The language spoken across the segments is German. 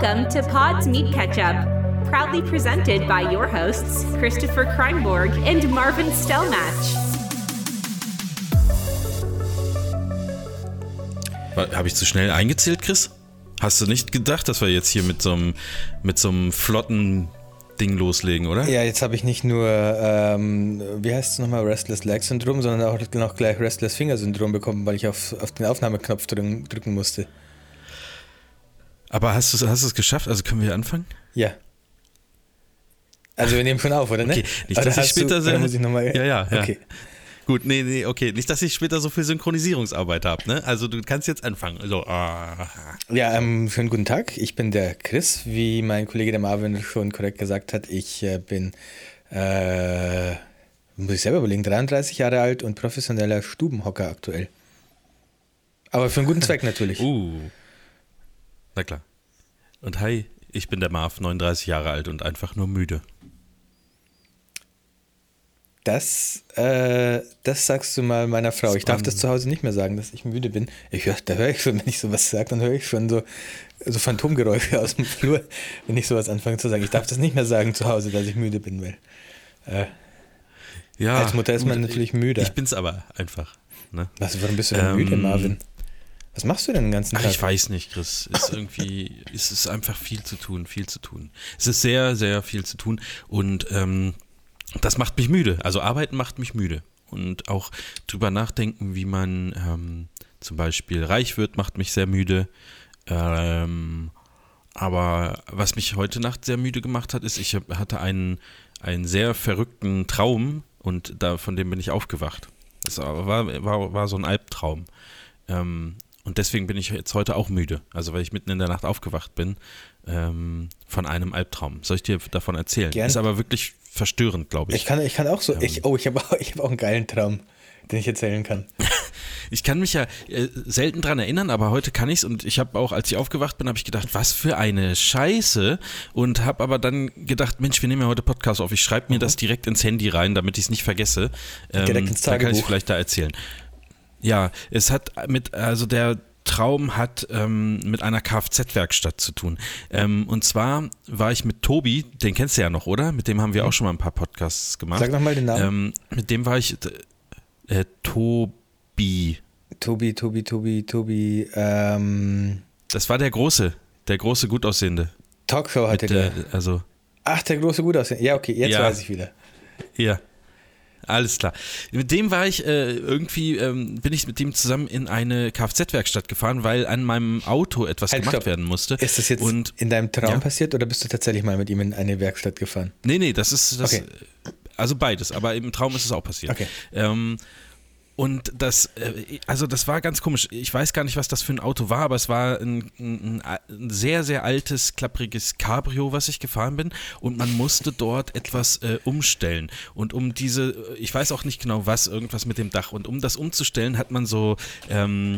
Welcome to Pod's Meat Ketchup, proudly presented by your hosts, Christopher Kreinborg and Marvin Stellmatch. Habe ich zu schnell eingezählt, Chris? Hast du nicht gedacht, dass wir jetzt hier mit so einem flotten Ding loslegen, oder? Ja, jetzt habe ich nicht nur, wie heißt es nochmal, Restless Leg Syndrom, sondern auch noch gleich Restless Finger Syndrom bekommen, weil ich auf den Aufnahmeknopf drücken musste. Aber hast du es geschafft? Also können wir anfangen? Ja. Also wir nehmen schon auf, oder ne? Okay, nicht, dass ich später oder muss ich nochmal... Ja. Okay. Gut, nee, okay. Nicht, dass ich später so viel Synchronisierungsarbeit habe, ne? Also du kannst jetzt anfangen. So. Ja, schönen guten Tag. Ich bin der Chris, wie mein Kollege der Marvin schon korrekt gesagt hat. Ich bin, muss ich selber überlegen, 33 Jahre alt und professioneller Stubenhocker aktuell. Aber für einen guten Zweck natürlich. Na klar. Und hi, ich bin der Marv, 39 Jahre alt und einfach nur müde. Das sagst du mal meiner Frau. Ich darf das zu Hause nicht mehr sagen, dass ich müde bin. Da höre ich schon, wenn ich sowas sage, dann höre ich schon so Phantomgeräusche aus dem Flur, wenn ich sowas anfange zu sagen. Ich darf das nicht mehr sagen zu Hause, dass ich müde bin, weil als Mutter ist man natürlich müde. Ich bin's aber einfach. Ne? Warum bist du denn müde, Marvin? Was machst du denn den ganzen Tag? Ich weiß nicht, Chris. Es ist einfach viel zu tun. Es ist sehr, sehr viel zu tun und das macht mich müde. Also Arbeiten macht mich müde. Und auch drüber nachdenken, wie man zum Beispiel reich wird, macht mich sehr müde. Aber was mich heute Nacht sehr müde gemacht hat, ist, ich hatte einen sehr verrückten Traum und von dem bin ich aufgewacht. Das war so ein Albtraum. Und deswegen bin ich jetzt heute auch müde. Also weil ich mitten in der Nacht aufgewacht bin von einem Albtraum. Soll ich dir davon erzählen? Gern. Ist aber wirklich verstörend, glaube ich. Ich kann auch so. Ich habe auch einen geilen Traum, den ich erzählen kann. Ich kann mich ja selten dran erinnern, aber heute kann ich's. Und ich habe auch, als ich aufgewacht bin, habe ich gedacht, was für eine Scheiße. Und habe aber dann gedacht, Mensch, wir nehmen ja heute Podcast auf. Ich schreibe mir das direkt ins Handy rein, damit ich es nicht vergesse. Direkt ins Tagebuch. Dann kann ich vielleicht da erzählen. Ja, der Traum hat mit einer Kfz-Werkstatt zu tun. Und zwar war ich mit Tobi, den kennst du ja noch, oder? Mit dem haben wir auch schon mal ein paar Podcasts gemacht. Sag nochmal den Namen. Mit dem war ich Tobi. Tobi. Das war der große, gut aussehende. Talkshow hatte der. Ach, der große, gut aussehende. Ja, okay, jetzt weiß ich wieder. Ja. Alles klar. Mit dem war ich bin ich mit dem zusammen in eine Kfz-Werkstatt gefahren, weil an meinem Auto etwas gemacht werden musste. Ist das jetzt in deinem Traum passiert oder bist du tatsächlich mal mit ihm in eine Werkstatt gefahren? Nee, das ist das. Okay. Also beides, aber im Traum ist es auch passiert. Okay. Und das war ganz komisch. Ich weiß gar nicht, was das für ein Auto war, aber es war ein sehr, sehr altes, klappriges Cabrio, was ich gefahren bin. Und man musste dort etwas umstellen. Und ich weiß auch nicht genau was, irgendwas mit dem Dach. Und um das umzustellen, hat man so eine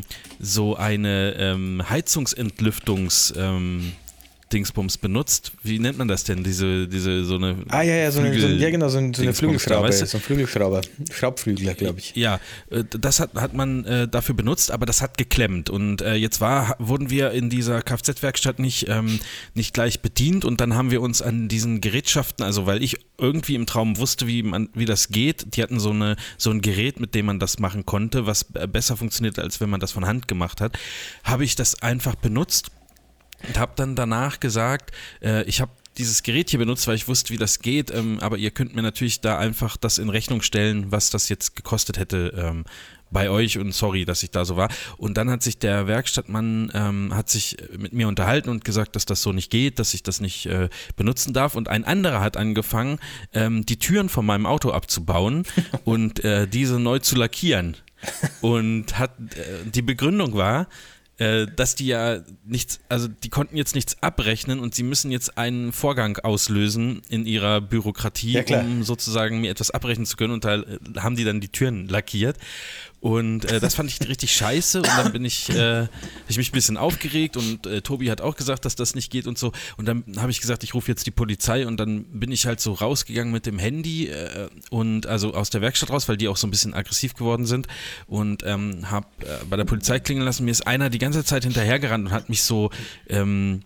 Heizungsentlüftungs Dingsbums benutzt. Wie nennt man das denn? So eine so eine Flügelschraube, weißt du? So ein Flügelschrauber. Schraubflügler, glaube ich. Ja, das hat man dafür benutzt, aber das hat geklemmt. Und jetzt wurden wir in dieser Kfz-Werkstatt nicht gleich bedient und dann haben wir uns an diesen Gerätschaften, also weil ich irgendwie im Traum wusste, wie das geht. Die hatten so ein Gerät, mit dem man das machen konnte, was besser funktioniert, als wenn man das von Hand gemacht hat. Habe ich das einfach benutzt. Und habe dann danach gesagt, ich habe dieses Gerät hier benutzt, weil ich wusste, wie das geht, aber ihr könnt mir natürlich da einfach das in Rechnung stellen, was das jetzt gekostet hätte bei euch und sorry, dass ich da so war. Und dann hat sich der Werkstattmann hat sich mit mir unterhalten und gesagt, dass das so nicht geht, dass ich das nicht benutzen darf. Und ein anderer hat angefangen, die Türen von meinem Auto abzubauen und diese neu zu lackieren. Und die Begründung war, dass die ja nichts, also die konnten jetzt nichts abrechnen und sie müssen jetzt einen Vorgang auslösen in ihrer Bürokratie, um sozusagen mir etwas abrechnen zu können und da haben die dann die Türen lackiert und das fand ich richtig scheiße und dann hab ich mich ein bisschen aufgeregt und Tobi hat auch gesagt, dass das nicht geht und so und dann habe ich gesagt, ich rufe jetzt die Polizei und dann bin ich halt so rausgegangen mit dem Handy und also aus der Werkstatt raus, weil die auch so ein bisschen aggressiv geworden sind und habe bei der Polizei klingeln lassen, mir ist einer die ganze Zeit hinterhergerannt und hat mich so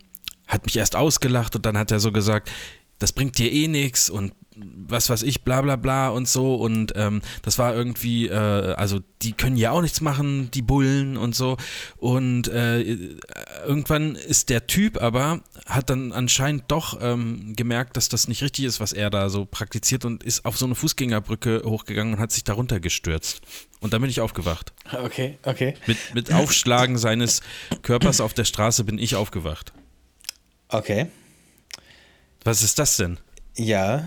hat mich erst ausgelacht und dann hat er so gesagt, das bringt dir eh nichts und was weiß ich, bla bla bla und so und das war irgendwie, also die können ja auch nichts machen, die Bullen und so und irgendwann ist der Typ aber, hat dann anscheinend doch gemerkt, dass das nicht richtig ist, was er da so praktiziert und ist auf so eine Fußgängerbrücke hochgegangen und hat sich darunter gestürzt und dann bin ich aufgewacht. Okay. Mit Aufschlagen seines Körpers auf der Straße bin ich aufgewacht. Okay. Was ist das denn? Ja,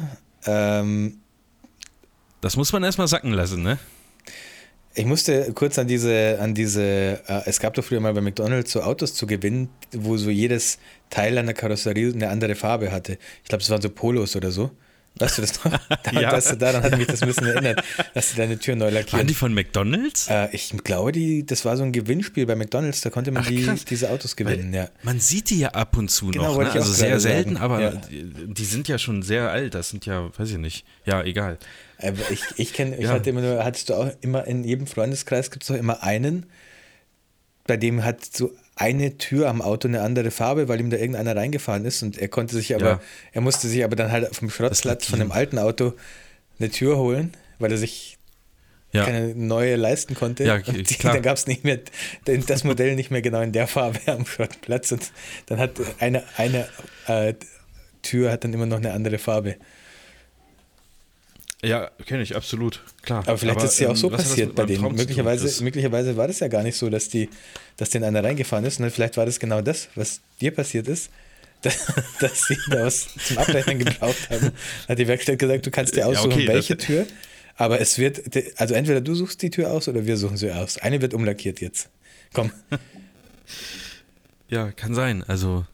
das muss man erstmal sacken lassen, ne? ich musste kurz an diese, es gab doch früher mal bei McDonald's so Autos zu gewinnen, wo so jedes Teil an der Karosserie eine andere Farbe hatte. Ich glaube, das waren so Polos oder so. Weißt du das noch? Ja. Daran hat mich das ein bisschen erinnert, dass sie deine Tür neu lackieren. Waren die von McDonald's? Ich glaube, das war so ein Gewinnspiel bei McDonald's, da konnte man diese Autos gewinnen. Weil Ja. Man sieht die ja ab und zu Genau, noch, wollte ne? ich auch Also sehr gerade selten, sagen. aber Ja. die sind ja schon sehr alt, das sind ja, weiß ich nicht, ja, egal. Aber Ja. hattest du auch immer in jedem Freundeskreis gibt es doch immer einen, bei dem hat so eine Tür am Auto eine andere Farbe, weil ihm da irgendeiner reingefahren ist und er musste sich aber dann halt vom Schrottplatz von einem alten Auto eine Tür holen, weil er sich Ja. keine neue leisten konnte. Ja, und klar. dann gab es nicht mehr das Modell nicht mehr genau in der Farbe am Schrottplatz und dann hat eine Tür hat dann immer noch eine andere Farbe. Ja, kenne ich, absolut, klar. Aber vielleicht ist es ja auch so was hat das passiert mit bei meinem denen. Traum zu tun, Chris? Möglicherweise war das ja gar nicht so, dass denen einer reingefahren ist, sondern vielleicht war das genau das, was dir passiert ist, dass sie da was zum Abrechnen gebraucht haben. Hat die Werkstatt gesagt, du kannst dir aussuchen, okay, welche Tür, aber es wird, also entweder du suchst die Tür aus oder wir suchen sie aus. Eine wird umlackiert jetzt. Komm. Ja, kann sein, also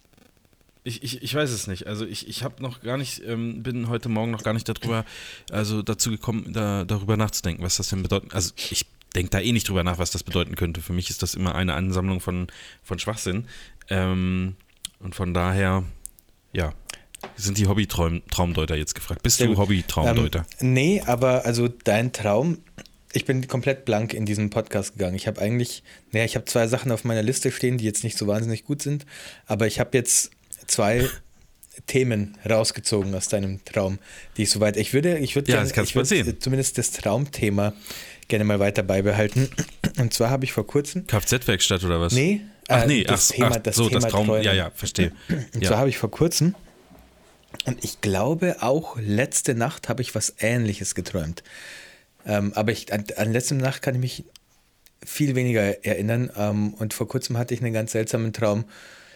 ich weiß es nicht, also ich habe noch gar nicht, bin heute Morgen noch gar nicht dazu gekommen, darüber nachzudenken, was das denn bedeutet, also ich denke da eh nicht drüber nach, was das bedeuten könnte, für mich ist das immer eine Ansammlung von Schwachsinn und von daher, ja, sind die Hobby-Traumdeuter jetzt gefragt. Bist du Hobby-Traumdeuter? Nee, aber also dein Traum, ich bin komplett blank in diesen Podcast gegangen. Ich habe ich habe 2 Sachen auf meiner Liste stehen, die jetzt nicht so wahnsinnig gut sind, aber ich habe jetzt 2 Themen rausgezogen aus deinem Traum, die ich würde zumindest das Traumthema gerne mal weiter beibehalten. Und zwar habe ich vor kurzem Kfz-Werkstatt oder was? Nee, das Thema Traum, Träumen. ja, verstehe. Und zwar habe ich vor kurzem, und ich glaube auch letzte Nacht habe ich was Ähnliches geträumt. Aber an letzte Nacht kann ich mich viel weniger erinnern. Und vor kurzem hatte ich einen ganz seltsamen Traum,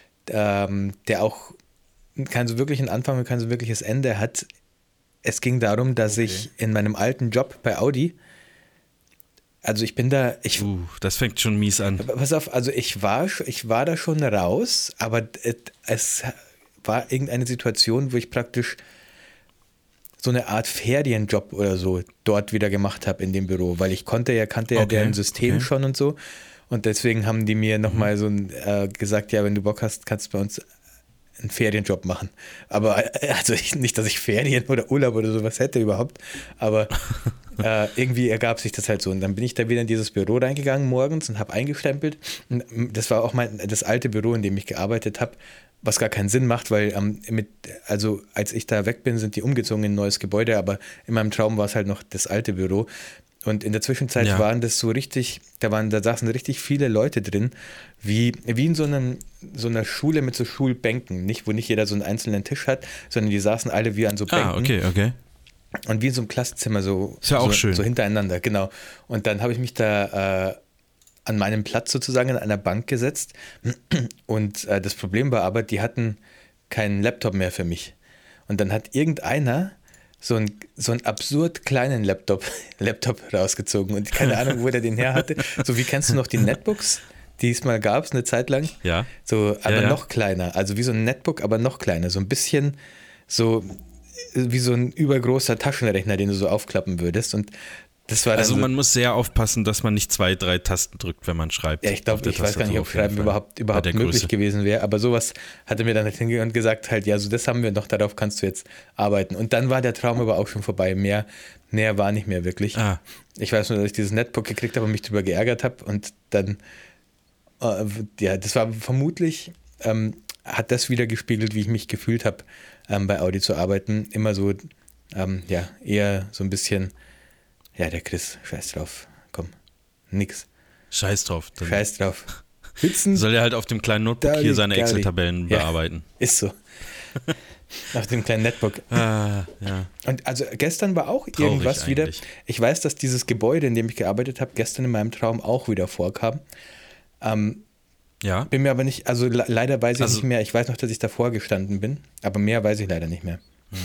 der auch kein so wirklichen Anfang und kein so wirkliches Ende hat. Es ging darum, dass ich in meinem alten Job bei Audi, also ich bin da, das fängt schon mies an. pass auf, also ich war da schon raus, aber es war irgendeine Situation, wo ich praktisch so eine Art Ferienjob oder so dort wieder gemacht habe in dem Büro, weil ich kannte ja deren System schon und so. Und deswegen haben die mir nochmal so gesagt, ja, wenn du Bock hast, kannst du bei uns einen Ferienjob machen. Aber also nicht, dass ich Ferien oder Urlaub oder sowas hätte überhaupt, aber irgendwie ergab sich das halt so. Und dann bin ich da wieder in dieses Büro reingegangen morgens und habe eingestempelt. Und das war auch das alte Büro, in dem ich gearbeitet habe, was gar keinen Sinn macht, weil als ich da weg bin, sind die umgezogen in ein neues Gebäude, aber in meinem Traum war es halt noch das alte Büro. Und in der Zwischenzeit waren das so richtig, da saßen richtig viele Leute drin, wie in so einer Schule mit so Schulbänken, wo nicht jeder so einen einzelnen Tisch hat, sondern die saßen alle wie an so Bänken. Okay. Und wie in so einem Klassenzimmer Ist ja auch schön. So hintereinander, genau. Und dann habe ich mich da an meinem Platz sozusagen an einer Bank gesetzt und das Problem war aber, die hatten keinen Laptop mehr für mich. Und dann hat irgendeiner so einen absurd kleinen Laptop rausgezogen und keine Ahnung, wo der den her hatte. So wie kennst du noch die Netbooks, die es mal gab, eine Zeit lang? Ja. So, aber noch kleiner. Also wie so ein Netbook, aber noch kleiner. So ein bisschen so wie so ein übergroßer Taschenrechner, den du so aufklappen würdest. Und das war dann also man muss sehr aufpassen, dass man nicht 2, 3 Tasten drückt, wenn man schreibt. Ja, ich weiß gar nicht, ob Schreiben überhaupt möglich gewesen wäre, aber sowas hatte mir dann halt hingegangen und gesagt, halt, ja, so das haben wir noch, darauf kannst du jetzt arbeiten. Und dann war der Traum aber auch schon vorbei. Mehr war nicht mehr wirklich. Ich weiß nur, dass ich dieses Netbook gekriegt habe und mich darüber geärgert habe und dann, das war vermutlich hat das wieder gespiegelt, wie ich mich gefühlt habe, bei Audi zu arbeiten. Immer so, eher so ein bisschen, ja, der Chris, scheiß drauf, komm, nix. Scheiß drauf. Scheiß drauf. Sitzen. Soll er halt auf dem kleinen Notebook hier seine Excel-Tabellen bearbeiten. Ist so. Auf dem kleinen Netbook. Ja. Und also gestern war auch Traurig irgendwas eigentlich. wieder. Ich weiß, dass dieses Gebäude, in dem ich gearbeitet habe, gestern in meinem Traum auch wieder vorkam. Ja. Bin mir aber nicht, also leider weiß ich nicht mehr. Ich weiß noch, dass ich davor gestanden bin, aber mehr weiß ich leider nicht mehr.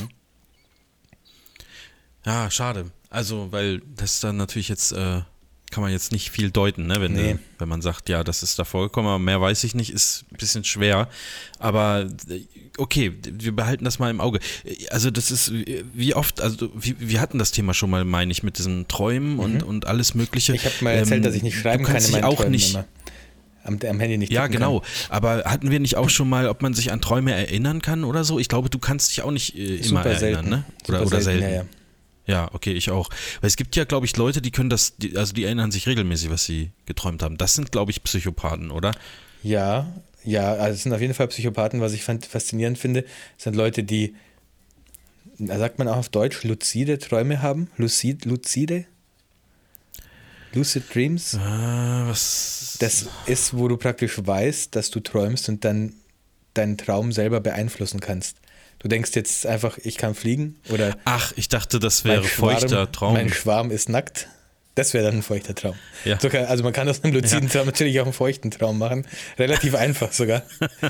Ja, schade. Also, weil das dann natürlich jetzt, kann man jetzt nicht viel deuten, ne? Wenn man sagt, ja, das ist da vorgekommen, aber mehr weiß ich nicht, ist ein bisschen schwer. Aber okay, wir behalten das mal im Auge. Also das ist, wie oft, also wir hatten das Thema schon mal, meine ich, mit diesen Träumen und alles Mögliche. Ich habe mal erzählt, dass ich nicht schreiben kann in meinen auch Träumen nicht immer. Am Handy nicht Ja, tippen genau. kann. Aber hatten wir nicht auch schon mal, ob man sich an Träume erinnern kann oder so? Ich glaube, du kannst dich auch nicht immer Super erinnern, selten. ne? Super Oder selten. Ja. Ja, okay, ich auch. Weil es gibt ja, glaube ich, Leute, die können das, die erinnern sich regelmäßig, was sie geträumt haben. Das sind, glaube ich, Psychopathen, oder? Ja, also es sind auf jeden Fall Psychopathen. Was ich faszinierend finde, sind Leute, die, da sagt man auch auf Deutsch, luzide Träume haben. Lucide? Lucid Dreams? Was? Das ist, wo du praktisch weißt, dass du träumst und dann deinen Traum selber beeinflussen kannst. Du denkst jetzt einfach, ich kann fliegen oder Ach, ich dachte, das wäre feuchter Traum. Mein Schwarm ist nackt. Das wäre dann ein feuchter Traum. Ja. Also man kann aus einem luziden Traum natürlich auch einen feuchten Traum machen. Relativ einfach sogar.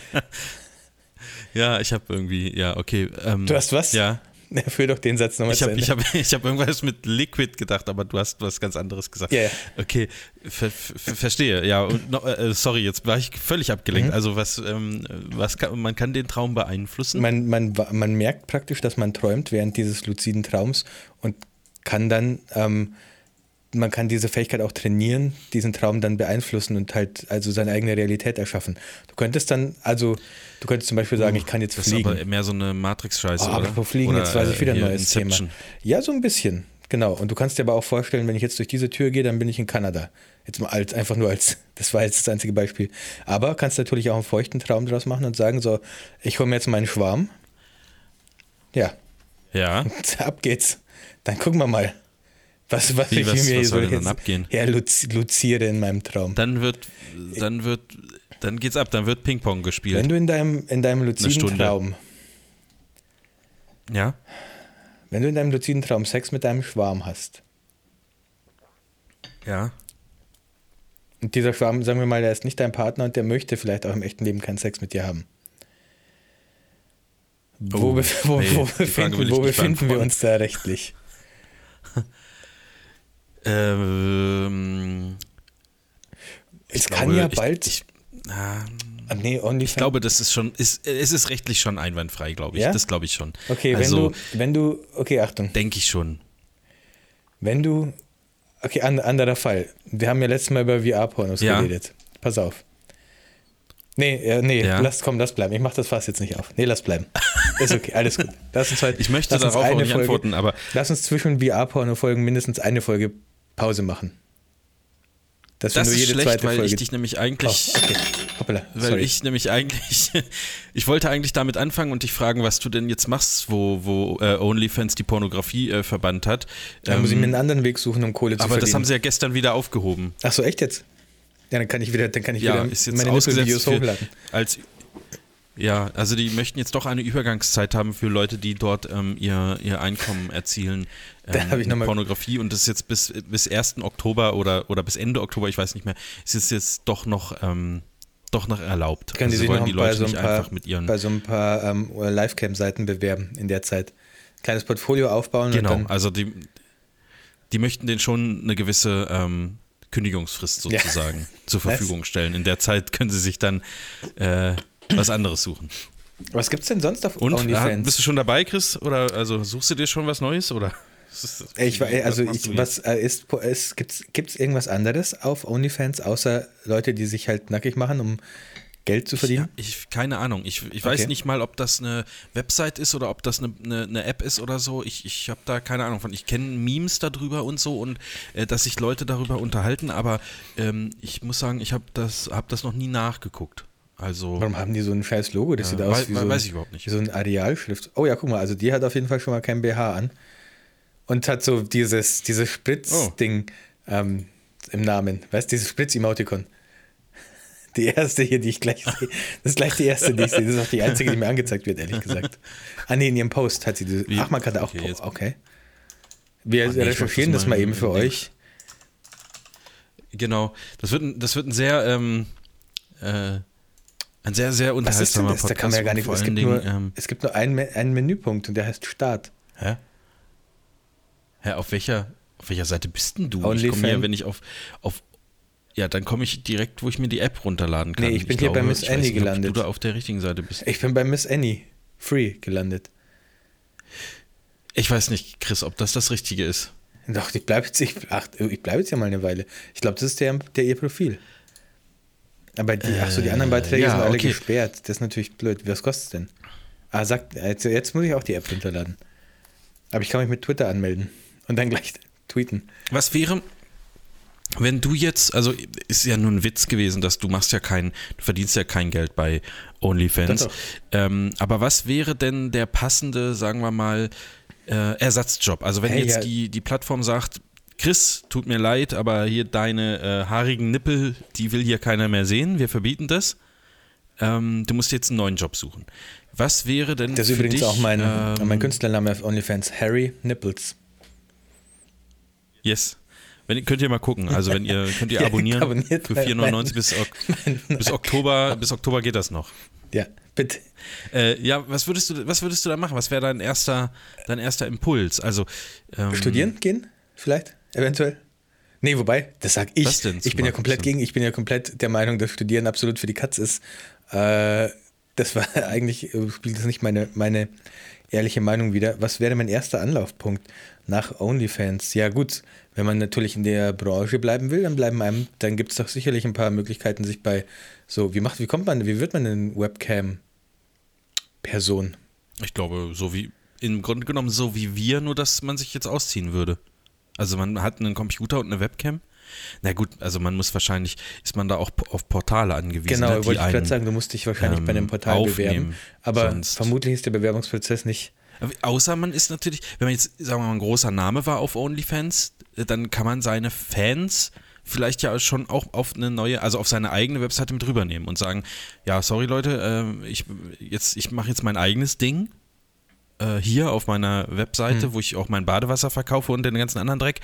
Ja, ich habe irgendwie, ja, okay. Du hast was? Ja. Führ doch den Satz nochmal zu Ende. Ich hab irgendwas mit Liquid gedacht, aber du hast was ganz anderes gesagt. Ja. Okay, verstehe. Ja, und sorry, jetzt war ich völlig abgelenkt. Also man kann den Traum beeinflussen? Man merkt praktisch, dass man träumt während dieses luziden Traums und kann dann, man kann diese Fähigkeit auch trainieren, diesen Traum dann beeinflussen und halt also seine eigene Realität erschaffen. Du könntest zum Beispiel sagen, ich kann jetzt fliegen. Das ist aber mehr so eine Matrix-Scheiße, oder? Apropos Fliegen, jetzt weiß ich wieder ein neues Inception. Thema. Ja, so ein bisschen, genau. Und du kannst dir aber auch vorstellen, wenn ich jetzt durch diese Tür gehe, dann bin ich in Kanada. Jetzt mal das war jetzt das einzige Beispiel. Aber kannst natürlich auch einen feuchten Traum draus machen und sagen, so, ich hole mir jetzt meinen Schwarm. Ja. Ja. Und ab geht's. Dann gucken wir mal. Was soll denn dann abgehen? Luziere in meinem Traum. Dann geht's ab, dann wird Ping-Pong gespielt. Wenn du in deinem luziden Traum, ja? Wenn du in deinem luziden Traum Sex mit deinem Schwarm hast, ja. Und dieser Schwarm, sagen wir mal, der ist nicht dein Partner und der möchte vielleicht auch im echten Leben keinen Sex mit dir haben. Wo befinden wir uns da rechtlich? Es kann ja bald. Ich glaube, das ist schon, es ist rechtlich schon einwandfrei, glaube ich. Ja? Das glaube ich schon. Okay, also, okay, Achtung. Denke ich schon. Anderer Fall. Wir haben ja letztes Mal über VR-Pornos geredet. Pass auf. Lass bleiben. Ich mach das Fass jetzt nicht auf. Nee, lass bleiben. Ist okay, alles gut. Ich möchte darauf auch nicht antworten, aber... Lass uns zwischen VR-Porno-Folgen mindestens eine Folge Pause machen. Das ist schlecht, weil ich dich nämlich eigentlich... okay. Hoppala, sorry. Ich wollte eigentlich damit anfangen und dich fragen, was du denn jetzt machst, wo OnlyFans die Pornografie verbannt hat. Da muss ich mir einen anderen Weg suchen, um Kohle zu verdienen. Aber das haben sie ja gestern wieder aufgehoben. Ach so, echt jetzt? Ja, dann kann ich wieder ist jetzt meine Videos hochladen. Also die möchten jetzt doch eine Übergangszeit haben für Leute, die dort ihr Einkommen erzielen mit Pornografie, und das ist jetzt bis 1. Oktober oder bis Ende Oktober, ich weiß nicht mehr, ist es jetzt doch noch erlaubt. Können also die wollen die Leute nicht einfach mit ihren... Bei so ein paar Livecam-Seiten bewerben in der Zeit. Kleines Portfolio aufbauen. Genau, und dann also die möchten denen schon eine gewisse Kündigungsfrist sozusagen zur Verfügung stellen. In der Zeit können sie sich dann was anderes suchen. Was gibt's denn sonst auf OnlyFans? Bist du schon dabei, Chris? Oder also suchst du dir schon was Neues? Oder? Gibt's irgendwas anderes auf OnlyFans, außer Leute, die sich halt nackig machen, um Geld zu verdienen? Keine Ahnung. Ich weiß nicht mal, ob das eine Website ist oder ob das eine App ist oder so. Ich habe da keine Ahnung von. Ich kenne Memes darüber und so, und dass sich Leute darüber unterhalten, aber ich muss sagen, ich habe das noch nie nachgeguckt. Also, warum haben die so ein scheiß Logo? Das sieht aus wie weiß ich überhaupt nicht. Wie so ein Arealschrift. Oh ja, guck mal, also die hat auf jeden Fall schon mal kein BH an. Und hat so dieses Spritz-Ding im Namen. Weißt du, dieses Spritz-Emoticon. Die erste hier, die ich gleich sehe. Das ist gleich die erste, die ich sehe. Das ist auch die einzige, die mir angezeigt wird, ehrlich gesagt. Ah nee, in ihrem Post hat sie diese. Ach, man kann da auch. Okay. Wir recherchieren das mal eben für euch. Genau. Das wird ein sehr, ein sehr, sehr unterhaltsamer Podcast. Da kann man ja gar nicht. Es gibt nur einen Menüpunkt und der heißt Start. Hä? Auf welcher Seite bist denn du? Only ich komme hier, wenn ich auf ja, dann komme ich direkt, wo ich mir die App runterladen kann. Nee, ich bin hier bei Miss Annie gelandet. Ob du da auf der richtigen Seite bist. Ich bin bei Miss Annie Free gelandet. Ich weiß nicht, Chris, ob das Richtige ist. Doch, ich bleibe jetzt ja mal eine Weile. Ich glaube, das ist ihr Profil. Aber die anderen Beiträge sind alle gesperrt. Das ist natürlich blöd. Was kostet es denn? Jetzt muss ich auch die App runterladen. Aber ich kann mich mit Twitter anmelden und dann gleich tweeten. Was wäre, wenn du jetzt, also ist ja nur ein Witz gewesen, dass du verdienst ja kein Geld bei OnlyFans. Aber was wäre denn der passende, sagen wir mal, Ersatzjob? Also wenn die Plattform sagt, Chris, tut mir leid, aber hier deine haarigen Nippel, die will hier keiner mehr sehen, wir verbieten das. Du musst jetzt einen neuen Job suchen. Was wäre denn das ist übrigens dich, auch mein Künstlername auf OnlyFans, Harry Nipples. Yes. Könnt ihr mal gucken, also könnt ihr abonnieren für 4,99 bis Oktober geht das noch. Ja, bitte. Was würdest du da machen? Was wäre dein erster Impuls? Also studieren gehen, vielleicht, eventuell? Nee, wobei, das sag ich. Was denn ich bin ja komplett der Meinung, dass Studieren absolut für die Katz ist. Das war eigentlich, spielt das nicht meine ehrliche Meinung wieder. Was wäre mein erster Anlaufpunkt nach OnlyFans? Ja gut, wenn man natürlich in der Branche bleiben will, dann gibt es doch sicherlich ein paar Möglichkeiten, sich bei so, wie wird man denn Webcam-Person? Ich glaube, im Grunde genommen so wie wir, nur dass man sich jetzt ausziehen würde. Also man hat einen Computer und eine Webcam. Na gut, also ist man da auch auf Portale angewiesen. Genau, wollte ich gerade sagen, du musst dich wahrscheinlich bei einem Portal bewerben. Aber vermutlich ist der Bewerbungsprozess nicht. Außer man ist natürlich, wenn man jetzt, sagen wir mal, ein großer Name war auf OnlyFans, dann kann man seine Fans vielleicht ja schon auch auf auf seine eigene Webseite mit rübernehmen und sagen, ja, sorry Leute, ich mache jetzt mein eigenes Ding. Hier auf meiner Webseite, wo ich auch mein Badewasser verkaufe und den ganzen anderen Dreck.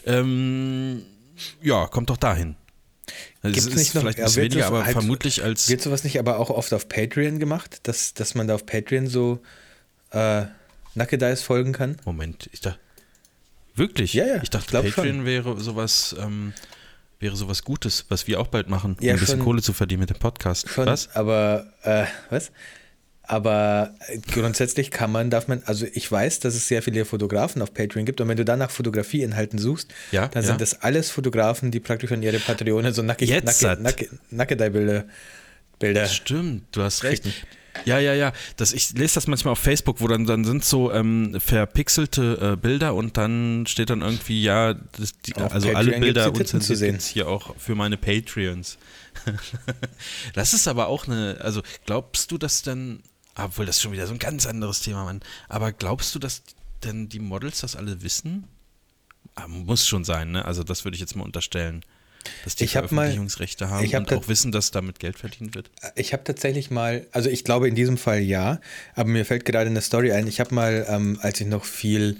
Ja, kommt doch dahin. Das ist vielleicht ein bisschen weniger, aber vermutlich als... Wird sowas nicht aber auch oft auf Patreon gemacht, dass man da auf Patreon so Nackedeis folgen kann? Moment, ich dachte... Wirklich? Ja. Ich dachte, Patreon wäre sowas Gutes, was wir auch bald machen, um ein bisschen Kohle zu verdienen mit dem Podcast. Schon, was? Aber, was? Aber grundsätzlich also ich weiß, dass es sehr viele Fotografen auf Patreon gibt und wenn du dann nach Fotografieinhalten suchst, dann sind das alles Fotografen, die praktisch an ihre Patreone so Nackedei-Bilder. Stimmt, du hast recht. Ja. Ich lese das manchmal auf Facebook, wo dann sind so verpixelte Bilder und dann steht dann irgendwie, also Patreon alle Bilder unzensiert jetzt hier auch für meine Patreons. Das ist aber auch also glaubst du, dass dann, obwohl das ist schon wieder so ein ganz anderes Thema, Mann, aber glaubst du, dass denn die Models das alle wissen? Muss schon sein, ne? Also das würde ich jetzt mal unterstellen. Dass die Veröffentlichungsrechte haben und auch wissen, dass damit Geld verdient wird? Ich habe tatsächlich mal, also ich glaube in diesem Fall ja, aber mir fällt gerade eine Story ein. Ich habe mal, als ich noch viel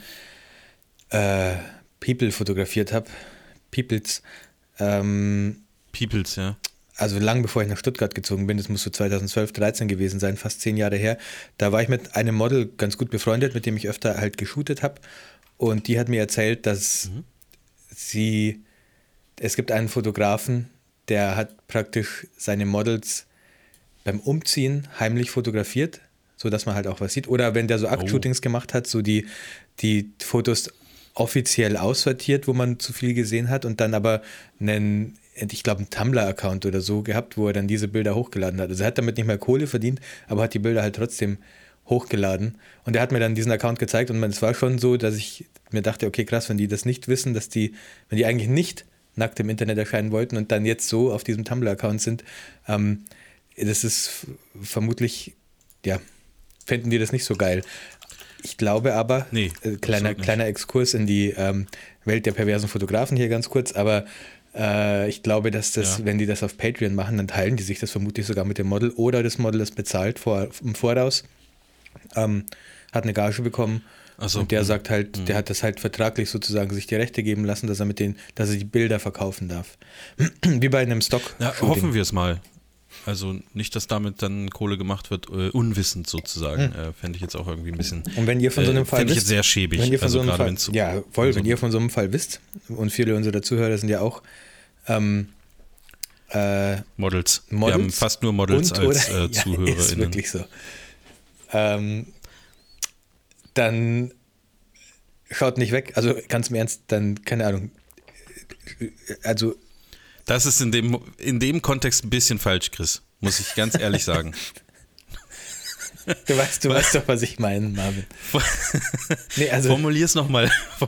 People fotografiert habe, Peoples, ja. Also lang bevor ich nach Stuttgart gezogen bin, das muss so 2012, 13 gewesen sein, fast 10 Jahre her, da war ich mit einem Model ganz gut befreundet, mit dem ich öfter halt geshootet habe und die hat mir erzählt, dass es gibt einen Fotografen, der hat praktisch seine Models beim Umziehen heimlich fotografiert, sodass man halt auch was sieht. Oder wenn der so Aktshootings gemacht hat, so die Fotos offiziell aussortiert, wo man zu viel gesehen hat und dann aber einen Tumblr-Account oder so gehabt, wo er dann diese Bilder hochgeladen hat. Also er hat damit nicht mehr Kohle verdient, aber hat die Bilder halt trotzdem hochgeladen. Und er hat mir dann diesen Account gezeigt und es war schon so, dass ich mir dachte, okay, krass, wenn die das nicht wissen, wenn die eigentlich nicht nackt im Internet erscheinen wollten und dann jetzt so auf diesem Tumblr-Account sind, das ist vermutlich, ja, fänden die das nicht so geil. Ich glaube aber, kleiner Exkurs in die Welt der perversen Fotografen hier ganz kurz, aber ich glaube, dass das, wenn die das auf Patreon machen, dann teilen die sich das vermutlich sogar mit dem Model oder das Model ist bezahlt im Voraus, hat eine Gage bekommen und der sagt halt, der hat das halt vertraglich sozusagen sich die Rechte geben lassen, dass er die Bilder verkaufen darf. Wie bei einem Stock. Ja, hoffen wir es mal. Also nicht, dass damit dann Kohle gemacht wird, unwissend sozusagen. Fände ich jetzt auch irgendwie ein bisschen. Und wenn ihr von so einem Fall wisst, ich jetzt sehr schäbig. Wenn ihr von so einem Fall, wenn ihr von so einem Fall wisst, und viele unserer Zuhörer sind ja auch Models. Wir haben fast nur Models als ZuhörerInnen. Ja, ist wirklich so. Dann schaut nicht weg. Also ganz im Ernst, dann, keine Ahnung. Also das ist in dem Kontext ein bisschen falsch, Chris, muss ich ganz ehrlich sagen. Du weißt doch, was ich meine, Marvin. Nee, also formulier es nochmal.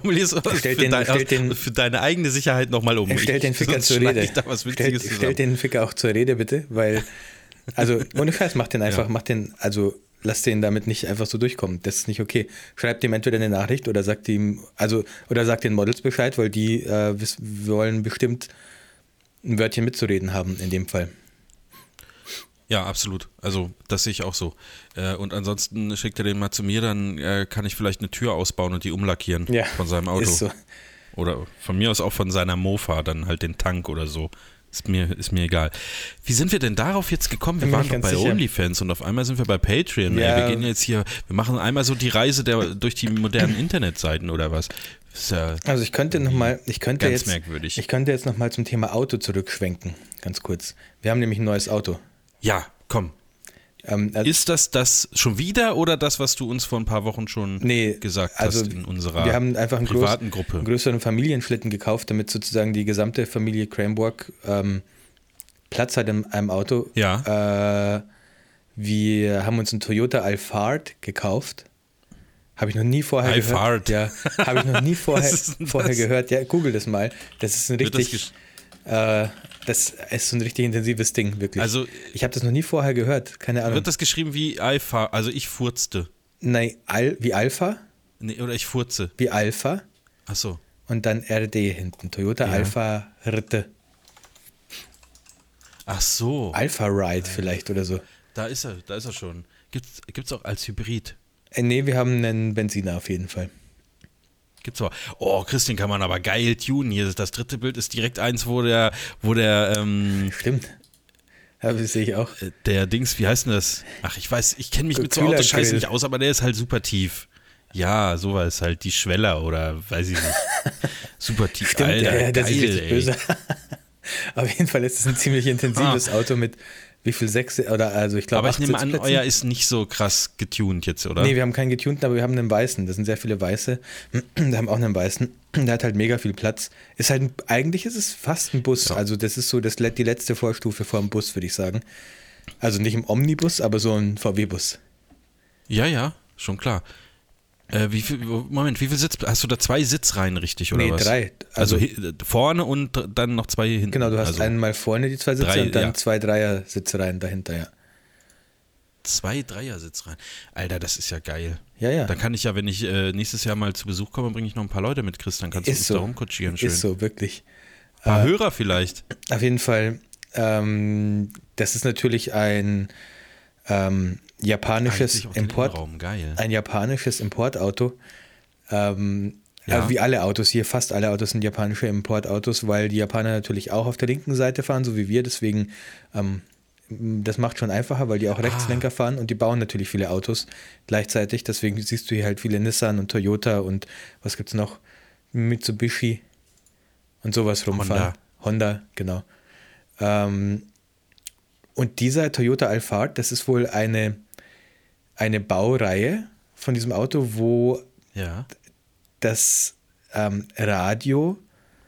Für deine eigene Sicherheit nochmal um. Stell den Ficker zur Rede. Stell den Ficker auch zur Rede, bitte, weil, also ohne Scheiß, lass den damit nicht einfach so durchkommen. Das ist nicht okay. Schreibt ihm entweder eine Nachricht oder sagt den Models Bescheid, weil die wollen bestimmt ein Wörtchen mitzureden haben in dem Fall. Ja, absolut. Also das sehe ich auch so. Und ansonsten schickt er den mal zu mir, dann kann ich vielleicht eine Tür ausbauen und die umlackieren von seinem Auto. Ist so. Oder von mir aus auch von seiner Mofa, dann halt den Tank oder so. Ist mir egal. Wie sind wir denn darauf jetzt gekommen? Wir waren doch bei OnlyFans und auf einmal sind wir bei Patreon. Ja. Wir gehen jetzt hier, wir machen einmal so die Reise durch die modernen Internetseiten oder was? Also ich könnte jetzt merkwürdig. Ich könnte jetzt nochmal zum Thema Auto zurückschwenken, ganz kurz. Wir haben nämlich ein neues Auto. Ja, komm. Ist das schon wieder oder das, was du uns vor ein paar Wochen schon gesagt hast in unserer wir haben einfach privaten Gruppe? Einen größeren Familienschlitten gekauft, damit sozusagen die gesamte Familie Cranborg Platz hat in einem Auto. Ja. Wir haben uns einen Toyota Alphard gekauft. Habe ich noch nie vorher gehört. Ja, habe ich noch nie vorher gehört. Ja, google das mal. Das ist ein richtig... das ist so ein richtig intensives Ding, wirklich. Also, ich habe das noch nie vorher gehört, keine Ahnung. Wird das geschrieben wie Alpha? Also ich furzte. Nein, wie Alpha? Nee, oder ich furze. Wie Alpha. Ach so. Und dann RD hinten. Toyota Alpha RT. Ach so. Alpha Ride vielleicht oder so. Da ist er schon. Gibt's auch als Hybrid? Nee, wir haben einen Benziner auf jeden Fall. Gibt's auch. Oh, Christian kann man aber geil tunen. Hier das dritte Bild ist direkt eins, wo der Stimmt. Ja, das sehe ich auch. Der Dings, wie heißt denn das? Ach, ich weiß, ich kenne mich mit so Autoscheiße nicht aus, aber der ist halt super tief. Ja, sowas halt, die Schweller oder weiß ich nicht. Super tief. Stimmt, Alter, das ist richtig ey. böse. Auf jeden Fall ist es ein ziemlich intensives Auto mit wie viel 6 oder also ich glaube. Aber ich nehme an, euer ist nicht so krass getuned jetzt, oder? Nee, wir haben keinen getunten, aber wir haben einen weißen. Das sind sehr viele weiße. Wir haben auch einen weißen. Der hat halt mega viel Platz. Eigentlich ist es fast ein Bus. Ja. Also das ist so die letzte Vorstufe vor dem Bus, würde ich sagen. Also nicht im Omnibus, aber so ein VW-Bus. Ja, schon klar. Wie viel Sitz? Hast du da 2 Sitzreihen richtig, oder was? 3. Also vorne und dann noch 2 hinten. Genau, du hast einmal vorne die 2 Sitze und dann 2 Dreier-Sitzreihen dahinter, ja. 2 Dreier-Sitzreihen. Alter, das ist ja geil. Ja. Dann kann ich ja, wenn ich nächstes Jahr mal zu Besuch komme, bringe ich noch ein paar Leute mit, Chris. Dann kannst du uns da rumkutschieren. Schön. Ist so, wirklich. Ein paar Hörer vielleicht. Auf jeden Fall. Das ist natürlich ein japanisches Importauto. Wie alle Autos hier, fast alle Autos sind japanische Importautos, weil die Japaner natürlich auch auf der linken Seite fahren, so wie wir. Deswegen, das macht schon einfacher, weil die auch Rechtslenker fahren und die bauen natürlich viele Autos gleichzeitig. Deswegen siehst du hier halt viele Nissan und Toyota und was gibt's noch? Mitsubishi und sowas rumfahren. Honda, genau. Und dieser Toyota Alphard, das ist wohl eine Baureihe von diesem Auto, wo das Radio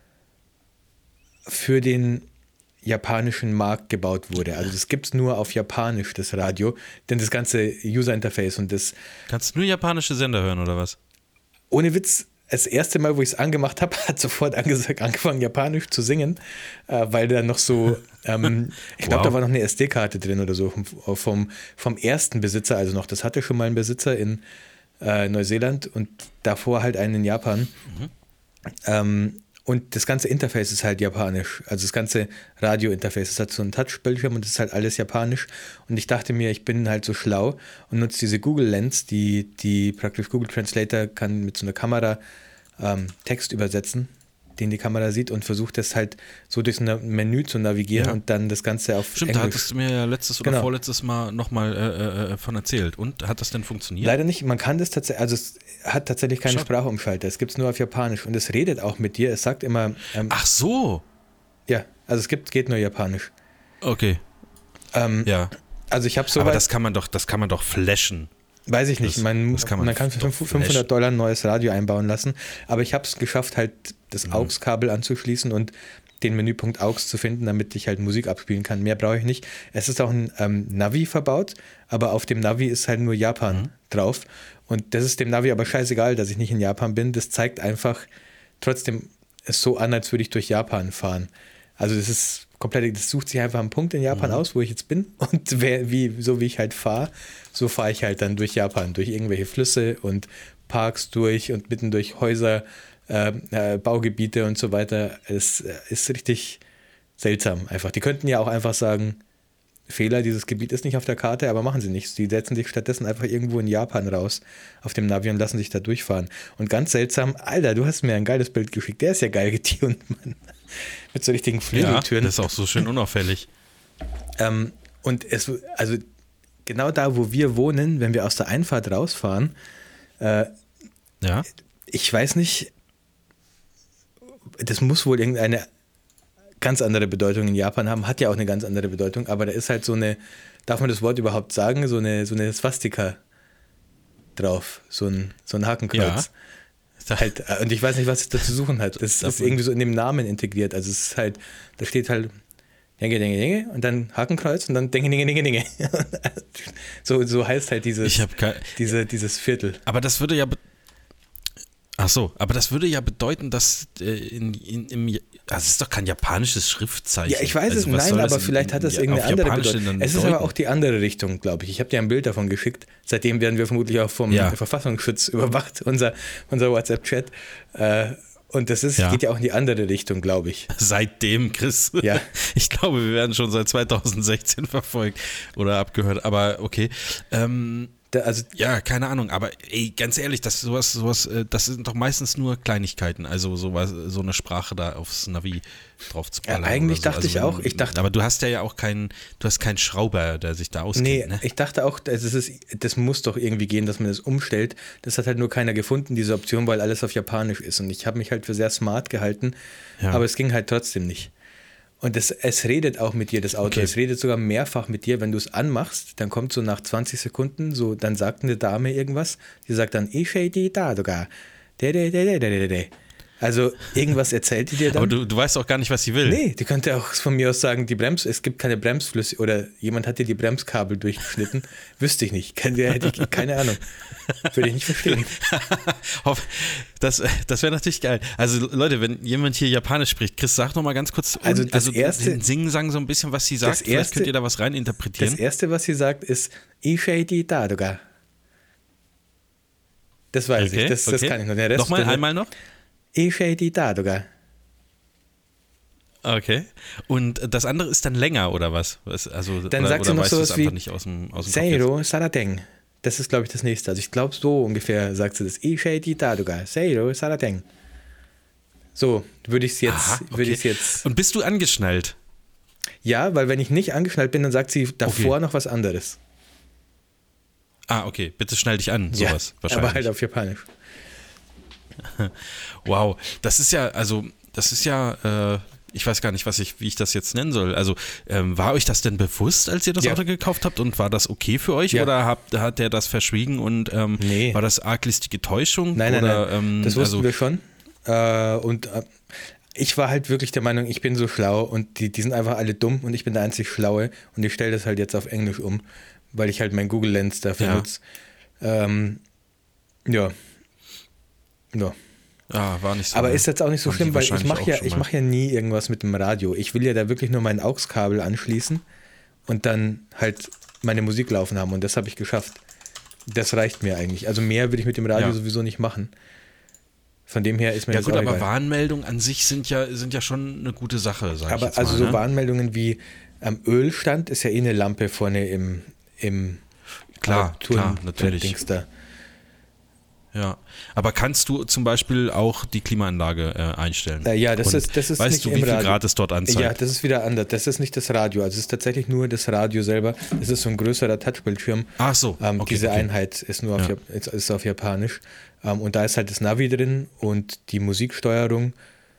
für den japanischen Markt gebaut wurde. Also das gibt es nur auf Japanisch, das Radio, denn das ganze User-Interface und das... Kannst du nur japanische Sender hören, oder was? Ohne Witz, das erste Mal, wo ich es angemacht habe, hat sofort angefangen, Japanisch zu singen, weil da noch so, ich glaube, da war noch eine SD-Karte drin oder so vom ersten Besitzer, also noch, das hatte schon mal ein Besitzer in Neuseeland und davor halt einen in Japan. Und das ganze Interface ist halt japanisch, also das ganze Radio-Interface, es hat so einen Touchbildschirm und das ist halt alles japanisch und ich dachte mir, ich bin halt so schlau und nutze diese Google Lens, die praktisch Google Translator kann mit so einer Kamera Text übersetzen, den die Kamera sieht und versucht das halt so durch ein Menü zu navigieren und dann das Ganze auf Stimmt, Englisch. Da hattest du mir ja letztes oder vorletztes Mal nochmal von erzählt. Und hat das denn funktioniert? Leider nicht, man kann das tatsächlich, also es hat tatsächlich keinen Sprachumschalter, es gibt es nur auf Japanisch und es redet auch mit dir, es sagt immer... Ach so! Ja, also es geht nur Japanisch. Okay. Ja. Also ich habe so. Aber das kann man doch flashen. Weiß ich nicht. Man kann für $500 ein neues Radio einbauen lassen. Aber ich habe es geschafft, halt das AUX-Kabel anzuschließen und den Menüpunkt AUX zu finden, damit ich halt Musik abspielen kann. Mehr brauche ich nicht. Es ist auch ein Navi verbaut, aber auf dem Navi ist halt nur Japan drauf. Und das ist dem Navi aber scheißegal, dass ich nicht in Japan bin. Das zeigt einfach trotzdem es so an, als würde ich durch Japan fahren. Also das ist komplett, das sucht sich einfach einen Punkt in Japan aus, wo ich jetzt bin und so wie ich halt fahre, so fahre ich halt dann durch Japan, durch irgendwelche Flüsse und Parks durch und mitten durch Häuser, Baugebiete und so weiter. Es ist richtig seltsam einfach. Die könnten ja auch einfach sagen, Fehler, dieses Gebiet ist nicht auf der Karte, aber machen sie nichts. Die setzen sich stattdessen einfach irgendwo in Japan raus auf dem Navi und lassen sich da durchfahren. Und ganz seltsam, Alter, du hast mir ein geiles Bild geschickt, der ist ja geil getunt, Mann. Mit so richtigen Flügeltüren. Ja, das ist auch so schön unauffällig. Und also genau da, wo wir wohnen, wenn wir aus der Einfahrt rausfahren, ich weiß nicht, das muss wohl irgendeine ganz andere Bedeutung in Japan haben, hat ja auch eine ganz andere Bedeutung, aber da ist halt so eine, darf man das Wort überhaupt sagen, so eine Swastika drauf, so ein Hakenkreuz. Ja. Halt, und ich weiß nicht, was es da zu suchen hat. Das ist irgendwie so in dem Namen integriert. Also es ist halt, da steht halt Dinge, Dinge, Dinge und dann Hakenkreuz und dann Dinge, Dinge, Dinge, Dinge. So heißt halt dieses Viertel. Aber das würde ja das würde ja bedeuten, dass also es ist doch kein japanisches Schriftzeichen. Ja, ich weiß es, nein, aber vielleicht hat das irgendeine andere Bedeutung. Es ist aber auch die andere Richtung, glaube ich. Ich habe dir ein Bild davon geschickt. Seitdem werden wir vermutlich auch vom Verfassungsschutz überwacht, unser WhatsApp-Chat. Und das geht ja auch in die andere Richtung, glaube ich. Seitdem, Chris. Ja. Ich glaube, wir werden schon seit 2016 verfolgt oder abgehört, aber okay. Ja, keine Ahnung, aber ganz ehrlich, das sind doch meistens nur Kleinigkeiten, also so eine Sprache da aufs Navi drauf zu ballern. Ja, eigentlich so. dachte ich auch. Aber du hast ja auch keinen Schrauber, der sich da auskennt. Nee, ne? Ich dachte auch, das muss doch irgendwie gehen, dass man das umstellt. Das hat halt nur keiner gefunden, diese Option, weil alles auf Japanisch ist. Und ich habe mich halt für sehr smart gehalten, aber es ging halt trotzdem nicht. Und es redet auch mit dir, das Auto. Okay. Es redet sogar mehrfach mit dir, wenn du es anmachst, dann kommt so nach 20 Sekunden, dann sagt eine Dame irgendwas, die sagt dann, also irgendwas erzählt die dir dann. Aber du weißt auch gar nicht, was sie will. Nee, die könnte auch von mir aus sagen, es gibt keine Bremsflüsse oder jemand hat dir die Bremskabel durchgeschnitten. Wüsste ich nicht. Hätte ich keine Ahnung. Würde ich nicht verstehen. Das wäre natürlich geil. Also Leute, wenn jemand hier Japanisch spricht, Chris, sag noch mal ganz kurz, den Singen so ein bisschen, was sie sagt. Vielleicht könnt ihr da was reininterpretieren. Das Erste, was sie sagt, ist Ishei Dadoga. Das weiß ich, das kann ich noch. Der Rest Nochmal, einmal noch? Ishei Dadoga. Okay. Und das andere ist dann länger, oder was? Dann sagt sie noch sowas wie nicht aus dem Seiro Sarateng. Das ist, glaube ich, das nächste. Also ich glaube, so ungefähr sagt sie das. Ishei Dadoga. Seiro Sarateng. So, würde ich es jetzt. Und bist du angeschnallt? Ja, weil wenn ich nicht angeschnallt bin, dann sagt sie davor noch was anderes. Ah, okay. Bitte schnall dich an, sowas wahrscheinlich. Aber halt auf Japanisch. Wow, das ist ja, ich weiß gar nicht, wie ich das jetzt nennen soll. Also, war euch das denn bewusst, als ihr das Auto gekauft habt und war das okay für euch oder hat der das verschwiegen und war das arglistige Täuschung? Nein, das wussten wir schon. Ich war halt wirklich der Meinung, ich bin so schlau und die sind einfach alle dumm und ich bin der einzig Schlaue und ich stelle das halt jetzt auf Englisch um, weil ich halt mein Google Lens dafür nutze. Ja. war nicht so. Aber ist jetzt auch nicht so schlimm, weil ich mache ja nie irgendwas mit dem Radio. Ich will ja da wirklich nur mein AUX-Kabel anschließen und dann halt meine Musik laufen haben und das habe ich geschafft. Das reicht mir eigentlich. Also mehr will ich mit dem Radio sowieso nicht machen. Von dem her ist mir das auch egal. Ja gut, aber Warnmeldungen an sich sind ja schon eine gute Sache, sag ich jetzt mal. Aber also so Warnmeldungen wie am Ölstand ist ja eine Lampe vorne im klar, natürlich. Dings da. Ja, aber kannst du zum Beispiel auch die Klimaanlage einstellen? Ja, das ist weißt nicht du, wie viel Grad es dort anzeigt? Ja, das ist wieder anders. Das ist nicht das Radio. Also es ist tatsächlich nur das Radio selber. Das ist so ein größerer Touchbildschirm. Ach so. Diese Einheit ist nur ist auf Japanisch. Und da ist halt das Navi drin und die Musiksteuerung.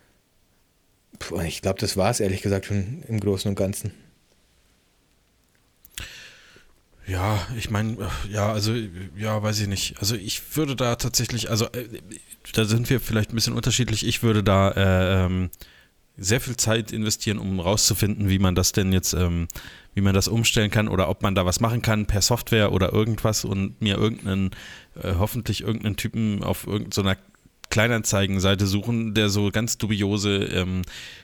Ich glaube, das war es ehrlich gesagt schon im Großen und Ganzen. Ja, ich meine, weiß ich nicht. Also ich würde da tatsächlich, da sind wir vielleicht ein bisschen unterschiedlich. Ich würde da sehr viel Zeit investieren, um rauszufinden, wie man das denn jetzt, wie man das umstellen kann oder ob man da was machen kann per Software oder irgendwas und mir hoffentlich irgendeinen Typen auf irgendeiner Kleinanzeigenseite suchen, der so ganz dubiose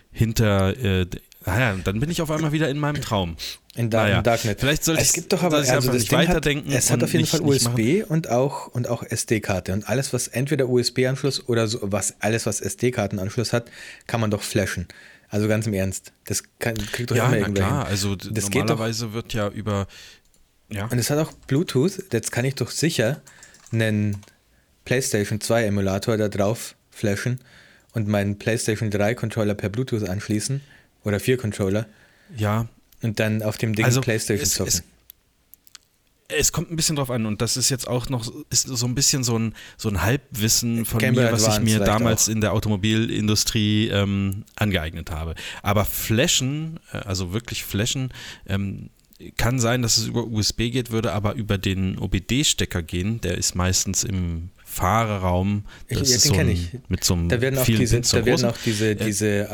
dann bin ich auf einmal wieder in meinem Traum. In Darknet. Vielleicht sollte es gibt doch aber also das nicht weiterdenken. Es hat auf jeden Fall USB und auch SD-Karte. Und alles, was entweder USB-Anschluss oder so, alles, was SD-Kartenanschluss hat, kann man doch flashen. Also ganz im Ernst. Das kriegt doch immer irgendwer hin. Also das normalerweise wird ja über... Ja. Und es hat auch Bluetooth. Jetzt kann ich doch sicher einen PlayStation 2 Emulator da drauf flashen und meinen PlayStation 3 Controller per Bluetooth anschließen. Oder 4 Controller. Ja. Und dann auf dem Ding PlayStation zocken. Es kommt ein bisschen drauf an und das ist jetzt auch noch so ein bisschen so ein Halbwissen von Game mir, was Advance ich mir damals in der Automobilindustrie angeeignet habe. Aber Flashen, also wirklich Flashen, kann sein, dass es über USB geht, würde aber über den OBD-Stecker gehen. Der ist meistens im Fahrerraum. Das ist den kenne ich. Mit so einem da werden auch diese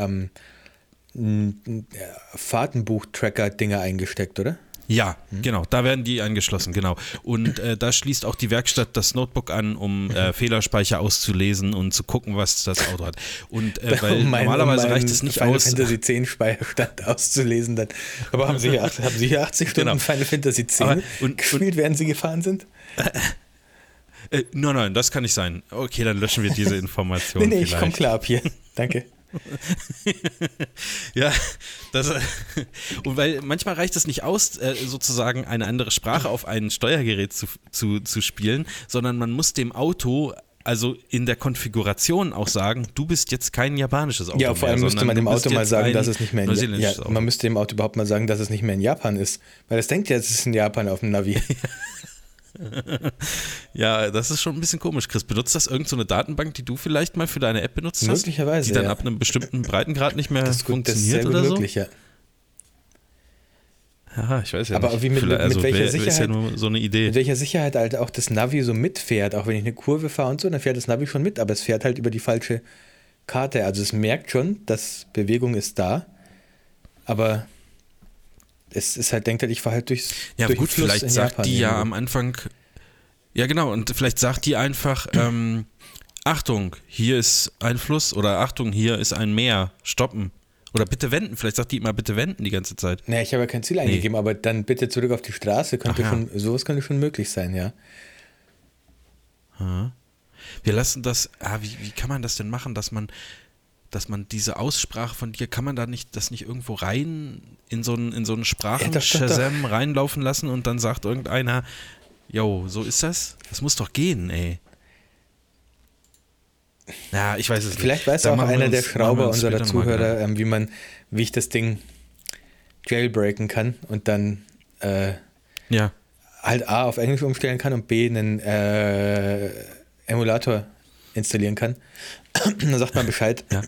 Fahrtenbuch-Tracker-Dinger eingesteckt, oder? Ja, genau, da werden die angeschlossen, genau. Und da schließt auch die Werkstatt das Notebook an, um Fehlerspeicher auszulesen und zu gucken, was das Auto hat. Und weil normalerweise reicht es nicht Final aus. Final Fantasy 10 Speicherstand auszulesen. Dann. Aber haben Sie hier 80 Stunden Final Fantasy 10 gespielt, während Sie gefahren sind? Nein, das kann nicht sein. Okay, dann löschen wir diese Information. Nee, ich komme klar ab hier. Danke. Ja, und weil manchmal reicht es nicht aus, sozusagen eine andere Sprache auf ein Steuergerät zu spielen, sondern man muss dem Auto also in der Konfiguration auch sagen, du bist jetzt kein japanisches Auto. Ja, vor allem müsste man dem Auto mal sagen, dass es nicht mehr man müsste dem Auto überhaupt mal sagen, dass es nicht mehr in Japan ist. Weil es denkt ja, es ist in Japan auf dem Navi. Ja, das ist schon ein bisschen komisch, Chris. Benutzt das irgend so eine Datenbank, die du vielleicht mal für deine App benutzt hast? Möglicherweise, die dann ab einem bestimmten Breitengrad nicht mehr funktioniert das ist sehr oder möglich, so? Ja. Ja, ich weiß ja aber nicht. Aber wie mit welcher Sicherheit, ist ja nur so eine Idee. Mit welcher Sicherheit halt auch das Navi so mitfährt, auch wenn ich eine Kurve fahre und so, dann fährt das Navi schon mit, aber es fährt halt über die falsche Karte. Also es merkt schon, dass Bewegung ist da, aber es ist halt, denkt halt, ich fahre halt durch gut, vielleicht sagt Japan die ja am Anfang, ja genau, und vielleicht sagt die einfach, Achtung, hier ist ein Fluss oder Achtung, hier ist ein Meer, stoppen. Oder bitte wenden, vielleicht sagt die immer bitte wenden die ganze Zeit. Naja, ich habe ja kein Ziel eingegeben, aber dann bitte zurück auf die Straße, sowas könnte schon möglich sein, ja. Wir lassen das, wie kann man das denn machen, dass man diese Aussprache von dir, kann man da das nicht irgendwo rein in so einen Sprachen-Shazam reinlaufen lassen und dann sagt irgendeiner, yo, so ist das? Das muss doch gehen, ey. Ja, ich weiß es nicht. Vielleicht weiß auch einer der Schrauber unserer Zuhörer, wie ich das Ding jailbreaken kann und dann halt A auf Englisch umstellen kann und B einen Emulator installieren kann. Dann sagt man Bescheid. Ja.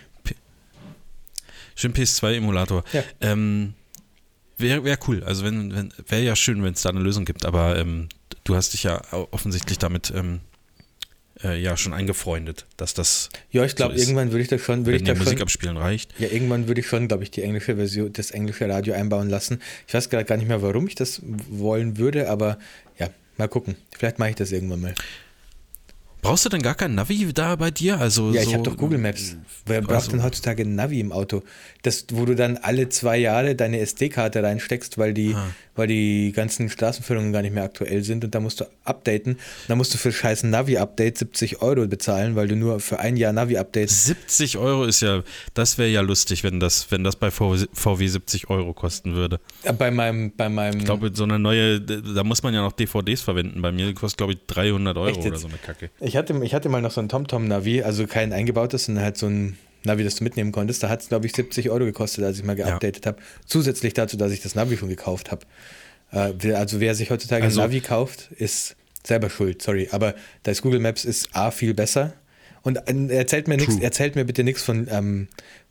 Schön PS2-Emulator. Ja. Wäre cool. Also wäre ja schön, wenn es da eine Lösung gibt, aber du hast dich ja offensichtlich damit schon eingefreundet, dass das ja, ich glaube, so irgendwann würde ich das schon, Musik abspielen reicht. Ja, irgendwann würde ich schon, glaube ich, die englische Version, das englische Radio einbauen lassen. Ich weiß gar nicht mehr, warum ich das wollen würde, aber ja, mal gucken. Vielleicht mache ich das irgendwann mal. Brauchst du denn gar kein Navi da bei dir? Also Ja, so, ich habe doch Google Maps. Wer braucht denn heutzutage ein Navi im Auto? Das, wo du dann alle 2 Jahre deine SD-Karte reinsteckst, weil die ganzen Straßenführungen gar nicht mehr aktuell sind und da musst du updaten. Da musst du für scheiß Navi-Update 70 € bezahlen, weil du nur für ein Jahr Navi-Update... 70 € ist ja, das wäre ja lustig, wenn das bei VW 70 € kosten würde. Bei meinem Ich glaube, so eine neue, da muss man ja noch DVDs verwenden. Bei mir kostet, glaube ich, 300 € oder so eine Kacke. Ich hatte mal noch so ein TomTom-Navi, also kein eingebautes, sondern halt so ein Navi, das du mitnehmen konntest. Da hat es, glaube ich, 70 € gekostet, als ich mal geupdatet habe. Zusätzlich dazu, dass ich das Navi schon gekauft habe. Also wer sich heutzutage ein Navi kauft, ist selber schuld, sorry. Aber das Google Maps ist A, viel besser. Und erzählt mir bitte nichts von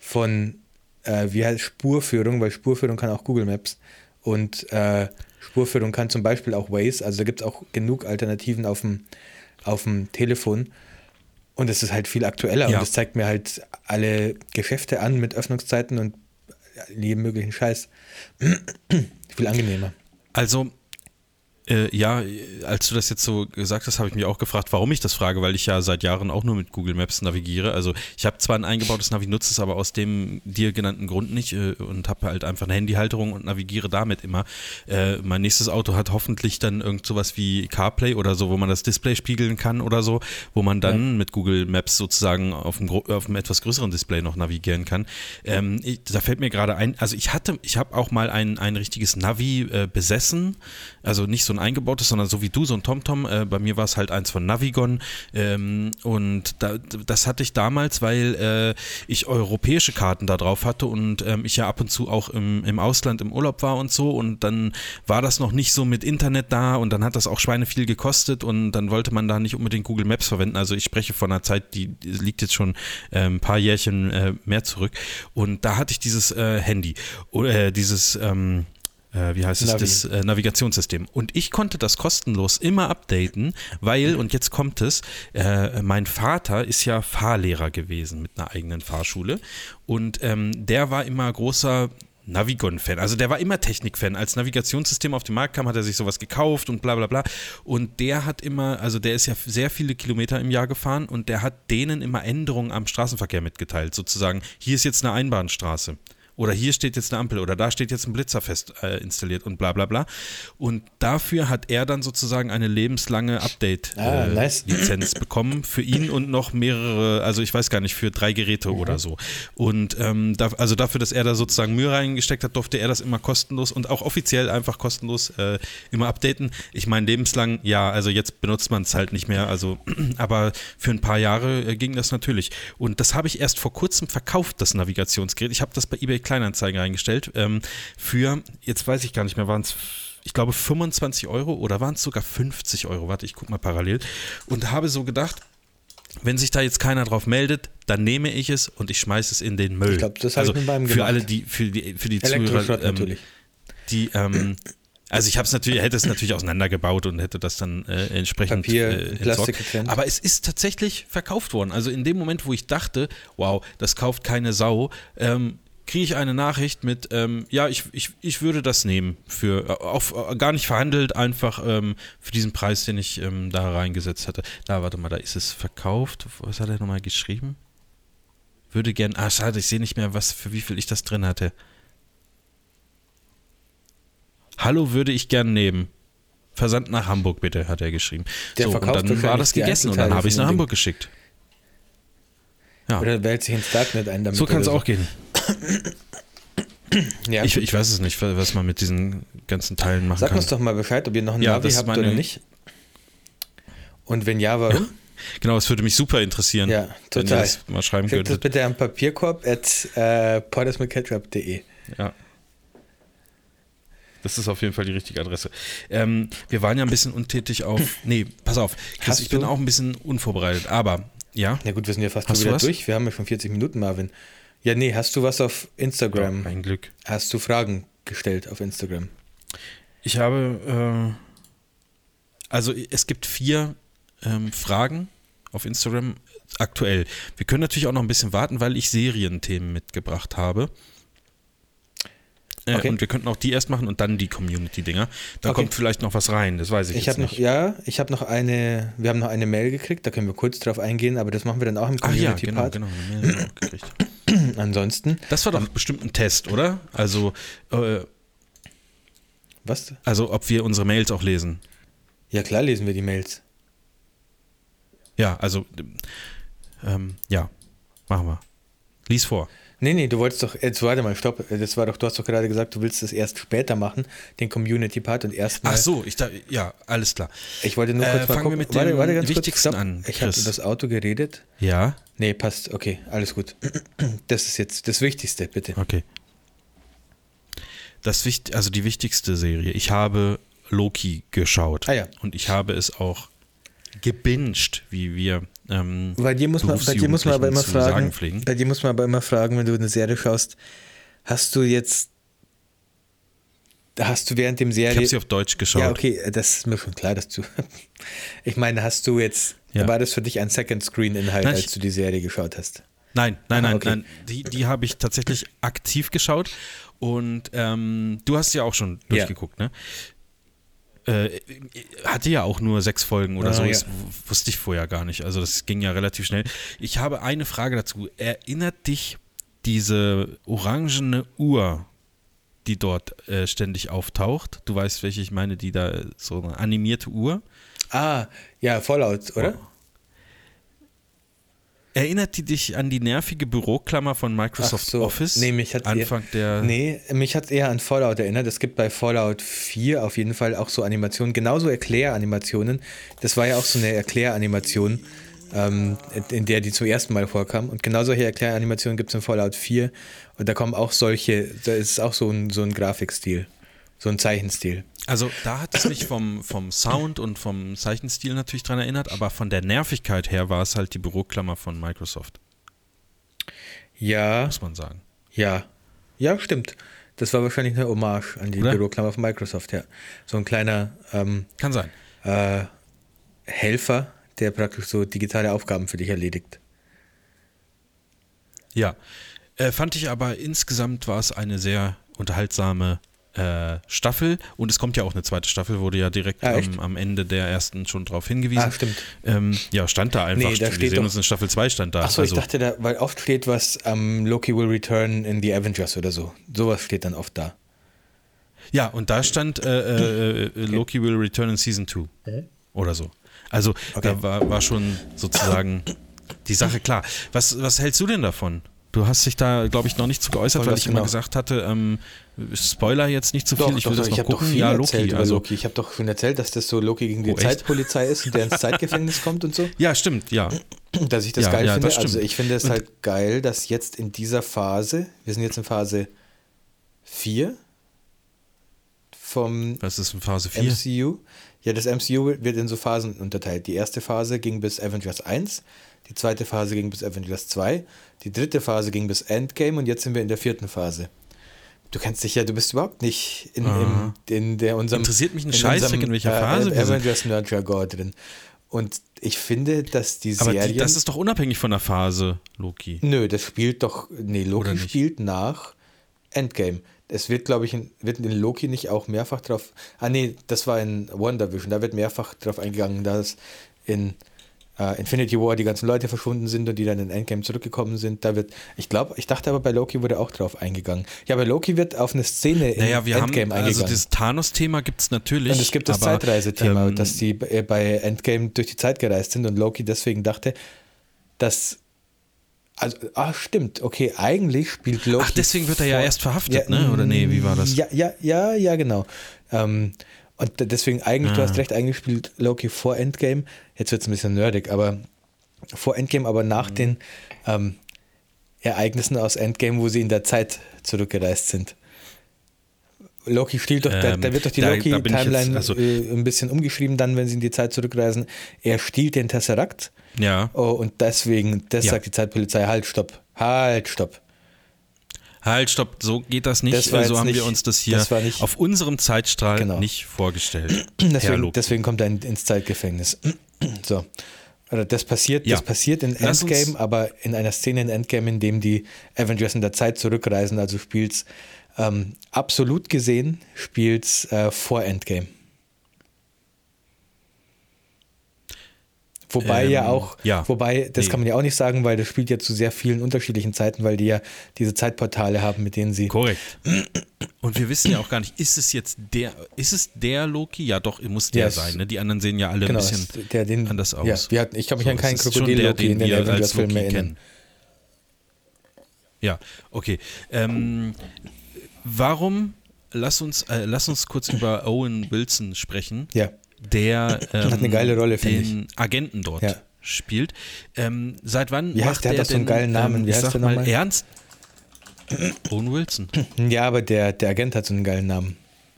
wie heißt Spurführung, weil Spurführung kann auch Google Maps. Und Spurführung kann zum Beispiel auch Waze. Also da gibt es auch genug Alternativen auf dem Telefon. Und es ist halt viel aktueller und es zeigt mir halt alle Geschäfte an mit Öffnungszeiten und jedem möglichen Scheiß. Viel angenehmer. Also, als du das jetzt so gesagt hast, habe ich mich auch gefragt, warum ich das frage, weil ich ja seit Jahren auch nur mit Google Maps navigiere. Also ich habe zwar ein eingebautes Navi, nutze es aber aus dem dir genannten Grund nicht und habe halt einfach eine Handyhalterung und navigiere damit immer. Mein nächstes Auto hat hoffentlich dann irgend sowas wie CarPlay oder so, wo man das Display spiegeln kann oder so, wo man dann mit Google Maps sozusagen auf einem etwas größeren Display noch navigieren kann. Da fällt mir gerade ein, also ich habe auch mal ein richtiges Navi besessen, also nicht so ein eingebautes, sondern so wie du, so ein TomTom. Bei mir war es halt eins von Navigon und das hatte ich damals, weil ich europäische Karten da drauf hatte und ich ja ab und zu auch im Ausland im Urlaub war und so und dann war das noch nicht so mit Internet da und dann hat das auch Schweine viel gekostet und dann wollte man da nicht unbedingt Google Maps verwenden. Also ich spreche von einer Zeit, die liegt jetzt schon ein paar Jährchen mehr zurück und da hatte ich dieses Handy oder dieses wie heißt es, das Navigationssystem. Und ich konnte das kostenlos immer updaten, weil, und jetzt kommt es, mein Vater ist ja Fahrlehrer gewesen mit einer eigenen Fahrschule und der war immer großer Navigon-Fan, also der war immer Technik-Fan. Als Navigationssystem auf den Markt kam, hat er sich sowas gekauft und bla bla bla. Und der hat immer, also der ist ja sehr viele Kilometer im Jahr gefahren und der hat denen immer Änderungen am Straßenverkehr mitgeteilt. Sozusagen, hier ist jetzt eine Einbahnstraße. Oder hier steht jetzt eine Ampel oder da steht jetzt ein Blitzer fest installiert und bla bla bla. Und dafür hat er dann sozusagen eine lebenslange Update-Lizenz bekommen für ihn und noch mehrere, also ich weiß gar nicht, für 3 Geräte oder so. Und also dafür, dass er da sozusagen Mühe reingesteckt hat, durfte er das immer kostenlos und auch offiziell einfach kostenlos immer updaten. Ich meine, lebenslang, ja, also jetzt benutzt man es halt nicht mehr, also aber für ein paar Jahre ging das natürlich. Und das habe ich erst vor kurzem verkauft, das Navigationsgerät. Ich habe das bei eBay Kleinanzeigen reingestellt für, jetzt weiß ich gar nicht mehr, waren es, ich glaube 25 € oder waren es sogar 50 €, warte, ich gucke mal parallel und habe so gedacht, wenn sich da jetzt keiner drauf meldet, dann nehme ich es und ich schmeiße es in den Müll. Ich glaube, das habe ich mit meinem für gemacht. alle, für die Zuhörer, natürlich. Die, also ich hätte es natürlich auseinandergebaut und hätte das dann entsprechend Papier, Plastik getrennt. Aber es ist tatsächlich verkauft worden. Also in dem Moment, wo ich dachte, wow, das kauft keine Sau, kriege ich eine Nachricht mit, ich würde das nehmen, gar nicht verhandelt, einfach für diesen Preis, den ich da reingesetzt hatte. Warte mal, da ist es verkauft. Was hat er nochmal geschrieben? Würde gern, schade, ich sehe nicht mehr, für wie viel ich das drin hatte. Hallo, würde ich gern nehmen. Versand nach Hamburg bitte, hat er geschrieben. Und dann war das gegessen und dann habe ich es nach Hamburg geschickt. Ja. Oder wählt sich ins Darknet ein damit. So kann es auch gehen. Ja. Ich weiß es nicht, was man mit diesen ganzen Teilen machen kann. Sag uns doch mal Bescheid, ob ihr noch ein Navi habt oder nicht. Und wenn ja, warum? Ja. Genau, das würde mich super interessieren. Ja, total. Wenn ihr das mal schreiben könntet. Schickt das bitte an papierkorb@poddesmitcatchup.de. Ja. Das ist auf jeden Fall die richtige Adresse. Wir waren ja ein bisschen untätig pass auf, Chris, ich bin auch ein bisschen unvorbereitet, aber ja. Ja gut, wir sind ja fast schon wieder durch. Wir haben ja schon 40 Minuten, Marvin. Ja, nee, hast du was auf Instagram? Mein Glück. Hast du Fragen gestellt auf Instagram? Ich habe, also es gibt 4 Fragen auf Instagram aktuell. Wir können natürlich auch noch ein bisschen warten, weil ich Serienthemen mitgebracht habe. Okay. Und wir könnten auch die erst machen und dann die Community-Dinger. Da kommt vielleicht noch was rein, das weiß ich jetzt nicht. Wir haben noch eine Mail gekriegt, da können wir kurz drauf eingehen, aber das machen wir dann auch im Community-Part. Genau, eine Mail haben wir auch gekriegt. Ansonsten. Das war doch bestimmt ein Test, oder? Also, was? Also, ob wir unsere Mails auch lesen. Ja, klar lesen wir die Mails. Ja, also, ja, machen wir. Lies vor. Nee, du wolltest doch, jetzt warte mal, stopp, du hast doch gerade gesagt, du willst das erst später machen, den Community-Part und erstmal. Ach so, ja, alles klar. Ich wollte nur kurz mal fangen gucken. wir mit dem Warte, ganz Wichtigsten kurz, an, Ich habe über das Auto geredet. Ja? Nee, passt, okay, alles gut. Das ist jetzt das Wichtigste, bitte. Okay. Also die wichtigste Serie. Ich habe Loki geschaut. Ah ja. Und ich habe es auch gebinged, wie wir Bei dir muss man aber immer fragen, pflegen. Bei dir muss man aber immer fragen, wenn du eine Serie schaust, hast du während dem Serie... Ich habe sie auf Deutsch geschaut. Ja, okay, das ist mir schon klar, dass du... Ich meine, war das für dich ein Second-Screen-Inhalt, als du die Serie geschaut hast? Nein. Okay. Die habe ich tatsächlich aktiv geschaut und du hast ja auch schon durchgeguckt, ne? Hatte ja auch nur 6 Folgen oder so, das wusste ich vorher gar nicht, also das ging ja relativ schnell. Ich habe eine Frage dazu, erinnert dich diese orangene Uhr, die dort ständig auftaucht, du weißt, welche ich meine, die da, so eine animierte Uhr? Ah, ja, Fallout, oder? Oh. Erinnert die dich an die nervige Büroklammer von Microsoft Office? Nee, mich hat eher an Fallout erinnert. Es gibt bei Fallout 4 auf jeden Fall auch so Animationen, genauso Erkläranimationen. Das war ja auch so eine Erkläranimation, in der die zum ersten Mal vorkam. Und genau solche Erkläranimationen gibt es in Fallout 4. Und da kommen auch da ist auch so ein Grafikstil, so ein Zeichenstil. Also da hat es mich vom Sound und vom Zeichenstil natürlich dran erinnert, aber von der Nervigkeit her war es halt die Büroklammer von Microsoft. Ja. Muss man sagen. Ja, stimmt. Das war wahrscheinlich eine Hommage an die Büroklammer von Microsoft, ja. So ein kleiner kann sein. Helfer, der praktisch so digitale Aufgaben für dich erledigt. Ja. Fand ich aber insgesamt war es eine sehr unterhaltsame Staffel und es kommt ja auch eine zweite Staffel, wurde ja direkt am Ende der ersten schon drauf hingewiesen. Ah, stimmt. Ja, stand da einfach. Nee, da steht wir sehen uns in Staffel 2 stand da. Achso, ich dachte, weil oft steht was, Loki will return in the Avengers oder so. Sowas steht dann oft da. Ja, und da stand Loki will return in Season 2 oder so. Also da war schon sozusagen die Sache klar. Was hältst du denn davon? Du hast dich da, glaube ich, noch nicht zu geäußert, weil ich immer gesagt hatte, Spoiler jetzt nicht zu viel, ich will das noch gucken. Ja, Loki. Loki. Ich habe doch schon erzählt, dass das so Loki gegen die Zeitpolizei ist und der ins Zeitgefängnis kommt und so. Ja, stimmt, ja. Dass ich das geil finde. Also ich finde es halt geil, dass jetzt in dieser Phase, wir sind jetzt in Phase 4 vom Was ist in Phase 4? MCU. Ja, das MCU wird in so Phasen unterteilt. Die erste Phase ging bis Avengers 1, die zweite Phase ging bis Avengers 2, die dritte Phase ging bis Endgame und jetzt sind wir in der 4. Phase. Du bist überhaupt nicht in unserem... Interessiert mich ein Scheißdreck, in welcher Phase wir sind. Avengers Nerd-Jargon drin. Und ich finde, dass die Serien... Aber das ist doch unabhängig von der Phase, Loki. Nö, das spielt doch... Nee, Loki spielt nach Endgame. Es wird, glaube ich, wird in Loki nicht auch mehrfach drauf... Ah nee, das war in WandaVision. Da wird mehrfach drauf eingegangen, dass in Infinity War die ganzen Leute verschwunden sind und die dann in Endgame zurückgekommen sind. Ich dachte aber bei Loki wurde auch drauf eingegangen. Ja, bei Loki wird auf eine Szene in Endgame eingegangen. Also das Thanos-Thema gibt es natürlich. Und es gibt das Zeitreise-Thema, dass die bei Endgame durch die Zeit gereist sind und Loki deswegen dachte, dass... Also, stimmt, okay, eigentlich spielt Loki... Ach, deswegen wird er ja erst verhaftet, ne? Oder nee, wie war das? Ja, genau. Und deswegen eigentlich, du hast recht, eigentlich spielt Loki vor Endgame, jetzt wird es ein bisschen nerdig, aber vor Endgame, aber nach den Ereignissen aus Endgame, wo sie in der Zeit zurückgereist sind. Loki stiehlt doch, da wird doch die Loki-Timeline ein bisschen umgeschrieben dann, wenn sie in die Zeit zurückreisen. Er stiehlt den Tesseract. Ja. Und deswegen, sagt die Zeitpolizei, halt, stopp. Halt, stopp, so geht das nicht. So haben wir uns das hier auf unserem Zeitstrahl nicht vorgestellt. Deswegen kommt er ins Zeitgefängnis. So. Oder das passiert in Endgame, aber in einer Szene in Endgame, in dem die Avengers in der Zeit zurückreisen, also spielt's Absolut gesehen spielt es vor Endgame. Wobei kann man ja auch nicht sagen, weil das spielt ja zu sehr vielen unterschiedlichen Zeiten, weil die ja diese Zeitportale haben, mit denen sie... Korrekt. Und wir wissen ja auch gar nicht, ist es der Loki? Ja doch, muss der sein, ne? Die anderen sehen ja alle ein bisschen anders aus. Ja, ich kann mich an keinen Krokodil-Loki in den Avengers-Filmen erinnern. Ja, okay. Warum, lass uns kurz über Owen Wilson sprechen. Ja. Der hat eine geile Rolle, den Agenten dort spielt. Seit wann macht der hat doch so einen geilen Namen? Wie heißt der nochmal? Ernst? Owen Wilson. Ja, aber der Agent hat so einen geilen Namen.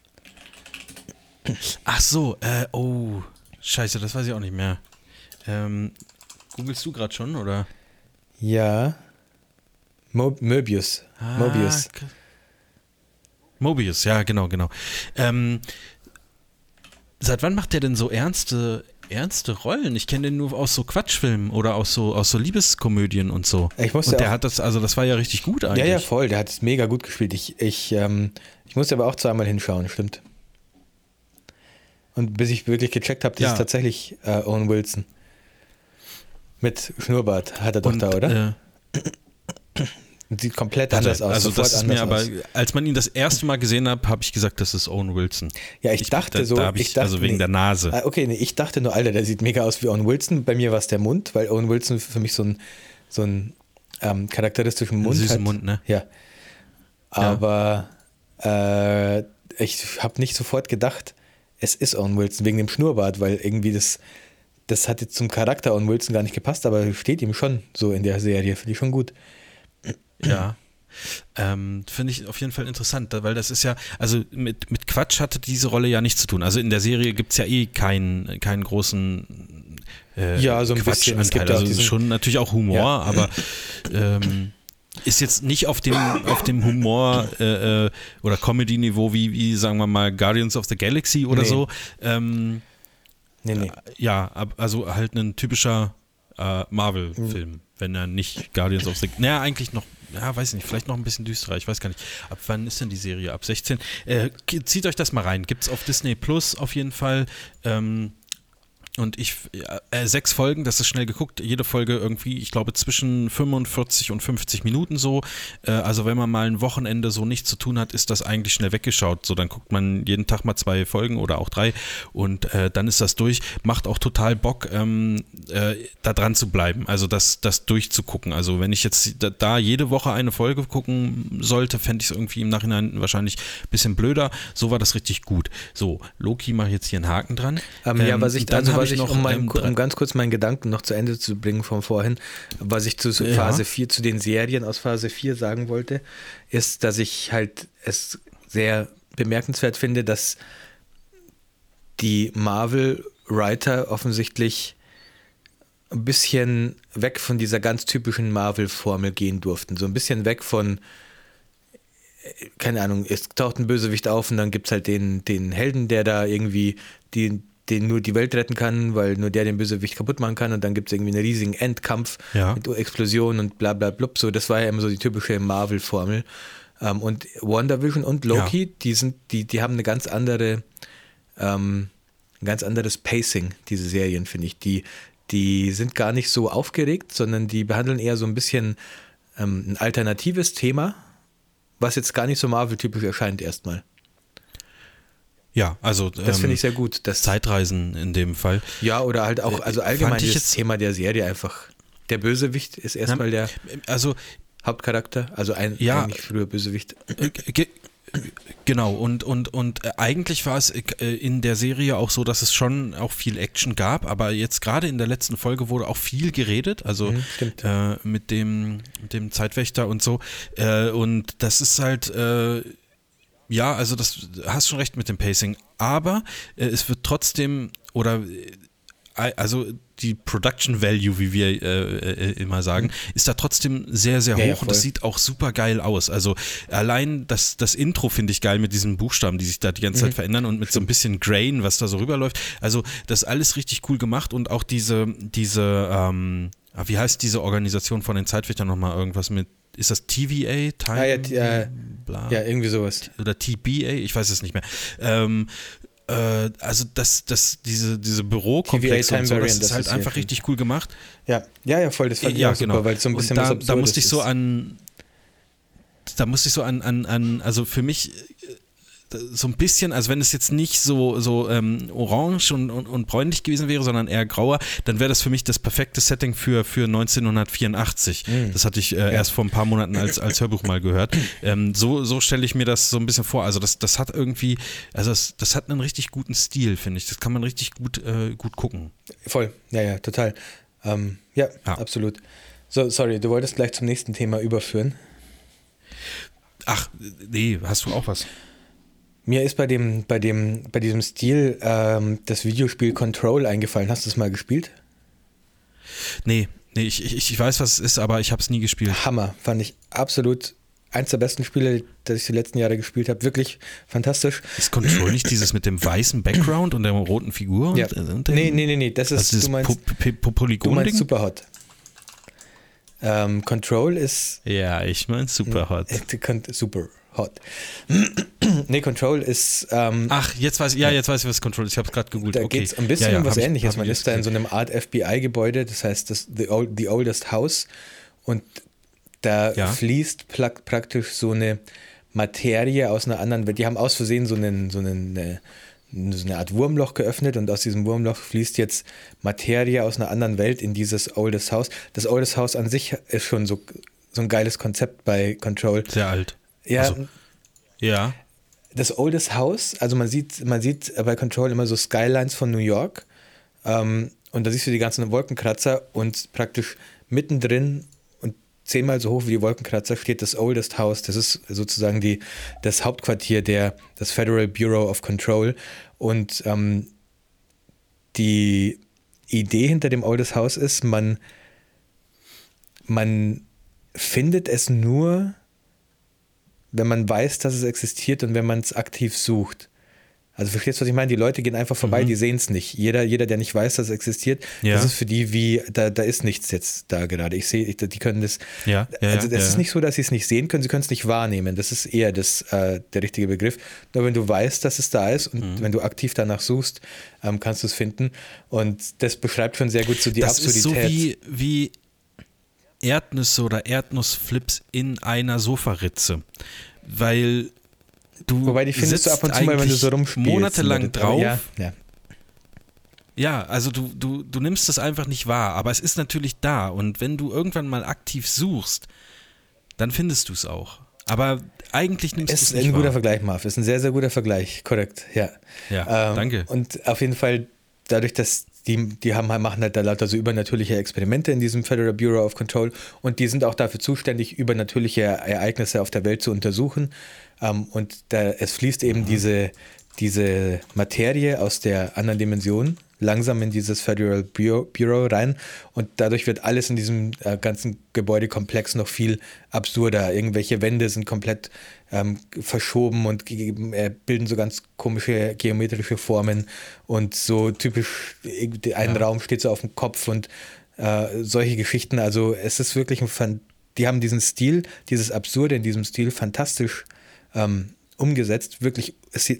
Ach so, scheiße, das weiß ich auch nicht mehr. Googlest du gerade schon, oder? Ja. Mobius. Mobius, ja, genau. Seit wann macht der denn so ernste Rollen? Ich kenne den nur aus so Quatschfilmen oder aus so Liebeskomödien und so. Das war ja richtig gut eigentlich. Ja, voll, der hat es mega gut gespielt. Ich musste aber auch zweimal hinschauen, stimmt. Und bis ich wirklich gecheckt habe, das ist tatsächlich Owen Wilson. Mit Schnurrbart hat er doch da, oder? Sieht komplett anders aus. Also das ist mir aber, als man ihn das erste Mal gesehen hat, habe ich gesagt, das ist Owen Wilson. Ja, ich dachte wegen der Nase. Okay, ich dachte nur, Alter, der sieht mega aus wie Owen Wilson. Bei mir war es der Mund, weil Owen Wilson für mich so einen charakteristischen Mund hat. Süßen Mund, ne? Ja. Aber ich habe nicht sofort gedacht, es ist Owen Wilson wegen dem Schnurrbart, weil irgendwie das hat jetzt zum Charakter Owen Wilson gar nicht gepasst, aber steht ihm schon so in der Serie, finde ich schon gut. Ja, finde ich auf jeden Fall interessant, weil das ist ja, also mit Quatsch hatte diese Rolle ja nichts zu tun. Also in der Serie gibt es ja keinen großen so ein bisschen. Es gibt also schon natürlich auch Humor, aber ist jetzt nicht auf dem Humor oder Comedy-Niveau wie, sagen wir mal, Guardians of the Galaxy oder so. Nee. Ja, also halt ein typischer Marvel-Film, wenn er nicht Guardians of the... Naja, eigentlich noch, weiß ich nicht, vielleicht noch ein bisschen düsterer, ich weiß gar nicht. Ab wann ist denn die Serie? Ab 16? Zieht euch das mal rein. Gibt's auf Disney Plus auf jeden Fall. Und 6 Folgen, das ist schnell geguckt, jede Folge irgendwie, ich glaube, zwischen 45 und 50 Minuten so. Also wenn man mal ein Wochenende so nichts zu tun hat, ist das eigentlich schnell weggeschaut. So, dann guckt man jeden Tag mal 2 Folgen oder auch 3 und dann ist das durch. Macht auch total Bock, da dran zu bleiben, also das durchzugucken. Also wenn ich jetzt da jede Woche eine Folge gucken sollte, fände ich es irgendwie im Nachhinein wahrscheinlich ein bisschen blöder. So war das richtig gut. So, Loki, mache ich jetzt hier einen Haken dran. Um ganz kurz meinen Gedanken noch zu Ende zu bringen von vorhin, was ich zu Phase 4, zu den Serien aus Phase 4 sagen wollte, ist, dass ich halt es sehr bemerkenswert finde, dass die Marvel-Writer offensichtlich ein bisschen weg von dieser ganz typischen Marvel-Formel gehen durften. So ein bisschen weg von, keine Ahnung, es taucht ein Bösewicht auf und dann gibt es halt den Helden, der da irgendwie den nur die Welt retten kann, weil nur der den Bösewicht kaputt machen kann und dann gibt es irgendwie einen riesigen Endkampf mit Explosionen und bla bla blub. So, das war ja immer so die typische Marvel-Formel. Und WandaVision und Loki, die haben eine ganz andere, ein ganz anderes Pacing, diese Serien, finde ich. Die sind gar nicht so aufgeregt, sondern die behandeln eher so ein bisschen ein alternatives Thema, was jetzt gar nicht so Marvel-typisch erscheint erstmal. Ja, also das finde ich sehr gut. Zeitreisen in dem Fall. Ja, oder halt auch, also allgemein das Thema der Serie einfach. Der Bösewicht ist erstmal der Hauptcharakter, also eigentlich früher Bösewicht. Genau, und eigentlich war es in der Serie auch so, dass es schon auch viel Action gab, aber jetzt gerade in der letzten Folge wurde auch viel geredet, also mit dem Zeitwächter und so. Und das ist halt... Ja, also das hast schon recht mit dem Pacing, aber es wird trotzdem also die Production Value, wie wir immer sagen, ist da trotzdem sehr, sehr hoch und das sieht auch super geil aus. Also allein das Intro finde ich geil mit diesen Buchstaben, die sich da die ganze Zeit verändern und mit so ein bisschen Grain, was da so rüberläuft. Also das ist alles richtig cool gemacht und auch diese wie heißt diese Organisation von den Zeitwächtern nochmal irgendwas mit, ist das TVA? bla. Ja, irgendwie sowas. Oder TBA, ich weiß es nicht mehr. Also diese Bürokomplexe und so, das ist halt einfach richtig cool gemacht. Ja, voll, das fand ich auch super, weil es so ein bisschen was Absurdes da musste ich so an, also für mich so ein bisschen, also wenn es jetzt nicht so orange und bräunlich gewesen wäre, sondern eher grauer, dann wäre das für mich das perfekte Setting für 1984. Das hatte ich erst vor ein paar Monaten als Hörbuch mal gehört. So stelle ich mir das so ein bisschen vor. Also das hat irgendwie, also das hat einen richtig guten Stil, finde ich. Das kann man richtig gut gucken. Voll, ja, total. Absolut. So, sorry, du wolltest gleich zum nächsten Thema überführen. Ach, nee, hast du auch was? Mir ist bei diesem Stil das Videospiel Control eingefallen. Hast du es mal gespielt? Nee, ich weiß, was es ist, aber ich habe es nie gespielt. Hammer, fand ich absolut eins der besten Spiele, das ich die letzten Jahre gespielt habe. Wirklich fantastisch. Ist Control nicht dieses mit dem weißen Background und der roten Figur? Ja. Nee, das ist, also du meinst Superhot. Control ist... Ja, ich meine Superhot. Superhot. Nee, Control ist... Ach, jetzt weiß ich, was Control ist. Ich habe es gerade gegoogelt. Da geht es ein bisschen um was Ähnliches. Man ist da in so einem Art FBI-Gebäude, das heißt The Oldest House, und da fließt praktisch so eine Materie aus einer anderen Welt. Die haben aus Versehen so eine Art Wurmloch geöffnet, und aus diesem Wurmloch fließt jetzt Materie aus einer anderen Welt in dieses Oldest House. Das Oldest House an sich ist schon so ein geiles Konzept bei Control. Sehr alt. Ja. Also, ja. Das Oldest House, also man sieht bei Control immer so Skylines von New York, und da siehst du die ganzen Wolkenkratzer, und praktisch mittendrin und 10-mal so hoch wie die Wolkenkratzer steht das Oldest House. Das ist sozusagen das Hauptquartier des Federal Bureau of Control, und die Idee hinter dem Oldest House ist, man findet es nur, wenn man weiß, dass es existiert und wenn man es aktiv sucht. Also verstehst du, was ich meine? Die Leute gehen einfach vorbei, die sehen es nicht. Jeder, der nicht weiß, dass es existiert, das ist für die wie, da ist nichts jetzt da gerade. Die können das, ist nicht so, dass sie es nicht sehen können, sie können es nicht wahrnehmen. Das ist eher der richtige Begriff. Nur wenn du weißt, dass es da ist und wenn du aktiv danach suchst, kannst du es finden. Und das beschreibt schon sehr gut so die Absurdität. Das ist so wie Erdnüsse oder Erdnussflips in einer Sofaritze, weil Wobei die findest du ab und zu mal, wenn du so rumspielst. Monatelang drauf. Ja. Ja, also du nimmst das einfach nicht wahr, aber es ist natürlich da, und wenn du irgendwann mal aktiv suchst, dann findest du es auch. Aber eigentlich nimmst du es nicht wahr. Ist ein guter Vergleich, Marv. Ist ein sehr, sehr guter Vergleich. Korrekt, ja. Ja, danke. Und auf jeden Fall dadurch, dass die machen halt da lauter so übernatürliche Experimente in diesem Federal Bureau of Control, und die sind auch dafür zuständig, übernatürliche Ereignisse auf der Welt zu untersuchen. Und es fließt eben diese Materie aus der anderen Dimension langsam in dieses Federal Bureau rein, und dadurch wird alles in diesem ganzen Gebäudekomplex noch viel absurder. Irgendwelche Wände sind komplett verschoben und bilden so ganz komische geometrische Formen, und so typisch ein Raum steht so auf dem Kopf und solche Geschichten. Also es ist wirklich die haben diesen Stil, dieses Absurde in diesem Stil fantastisch umgesetzt. Wirklich,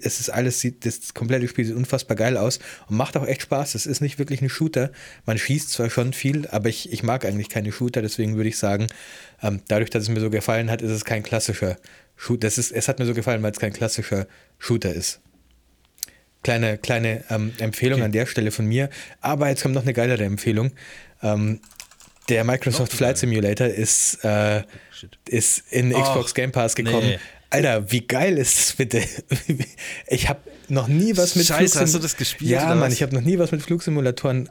das komplette Spiel sieht unfassbar geil aus und macht auch echt Spaß. Es ist nicht wirklich ein Shooter. Man schießt zwar schon viel, aber ich mag eigentlich keine Shooter, deswegen würde ich sagen, dadurch, dass es mir so gefallen hat, ist es kein klassischer Shooter. Es hat mir so gefallen, weil es kein klassischer Shooter ist. Kleine Empfehlung an der Stelle von mir. Aber jetzt kommt noch eine geilere Empfehlung. Der Microsoft Flight Simulator ist in Xbox Game Pass gekommen. Nee. Alter, wie geil ist das bitte? Ich habe noch nie was mit Scheiße, hast du das gespielt? Ja, Mann, ich habe noch nie was mit Flugsimulatoren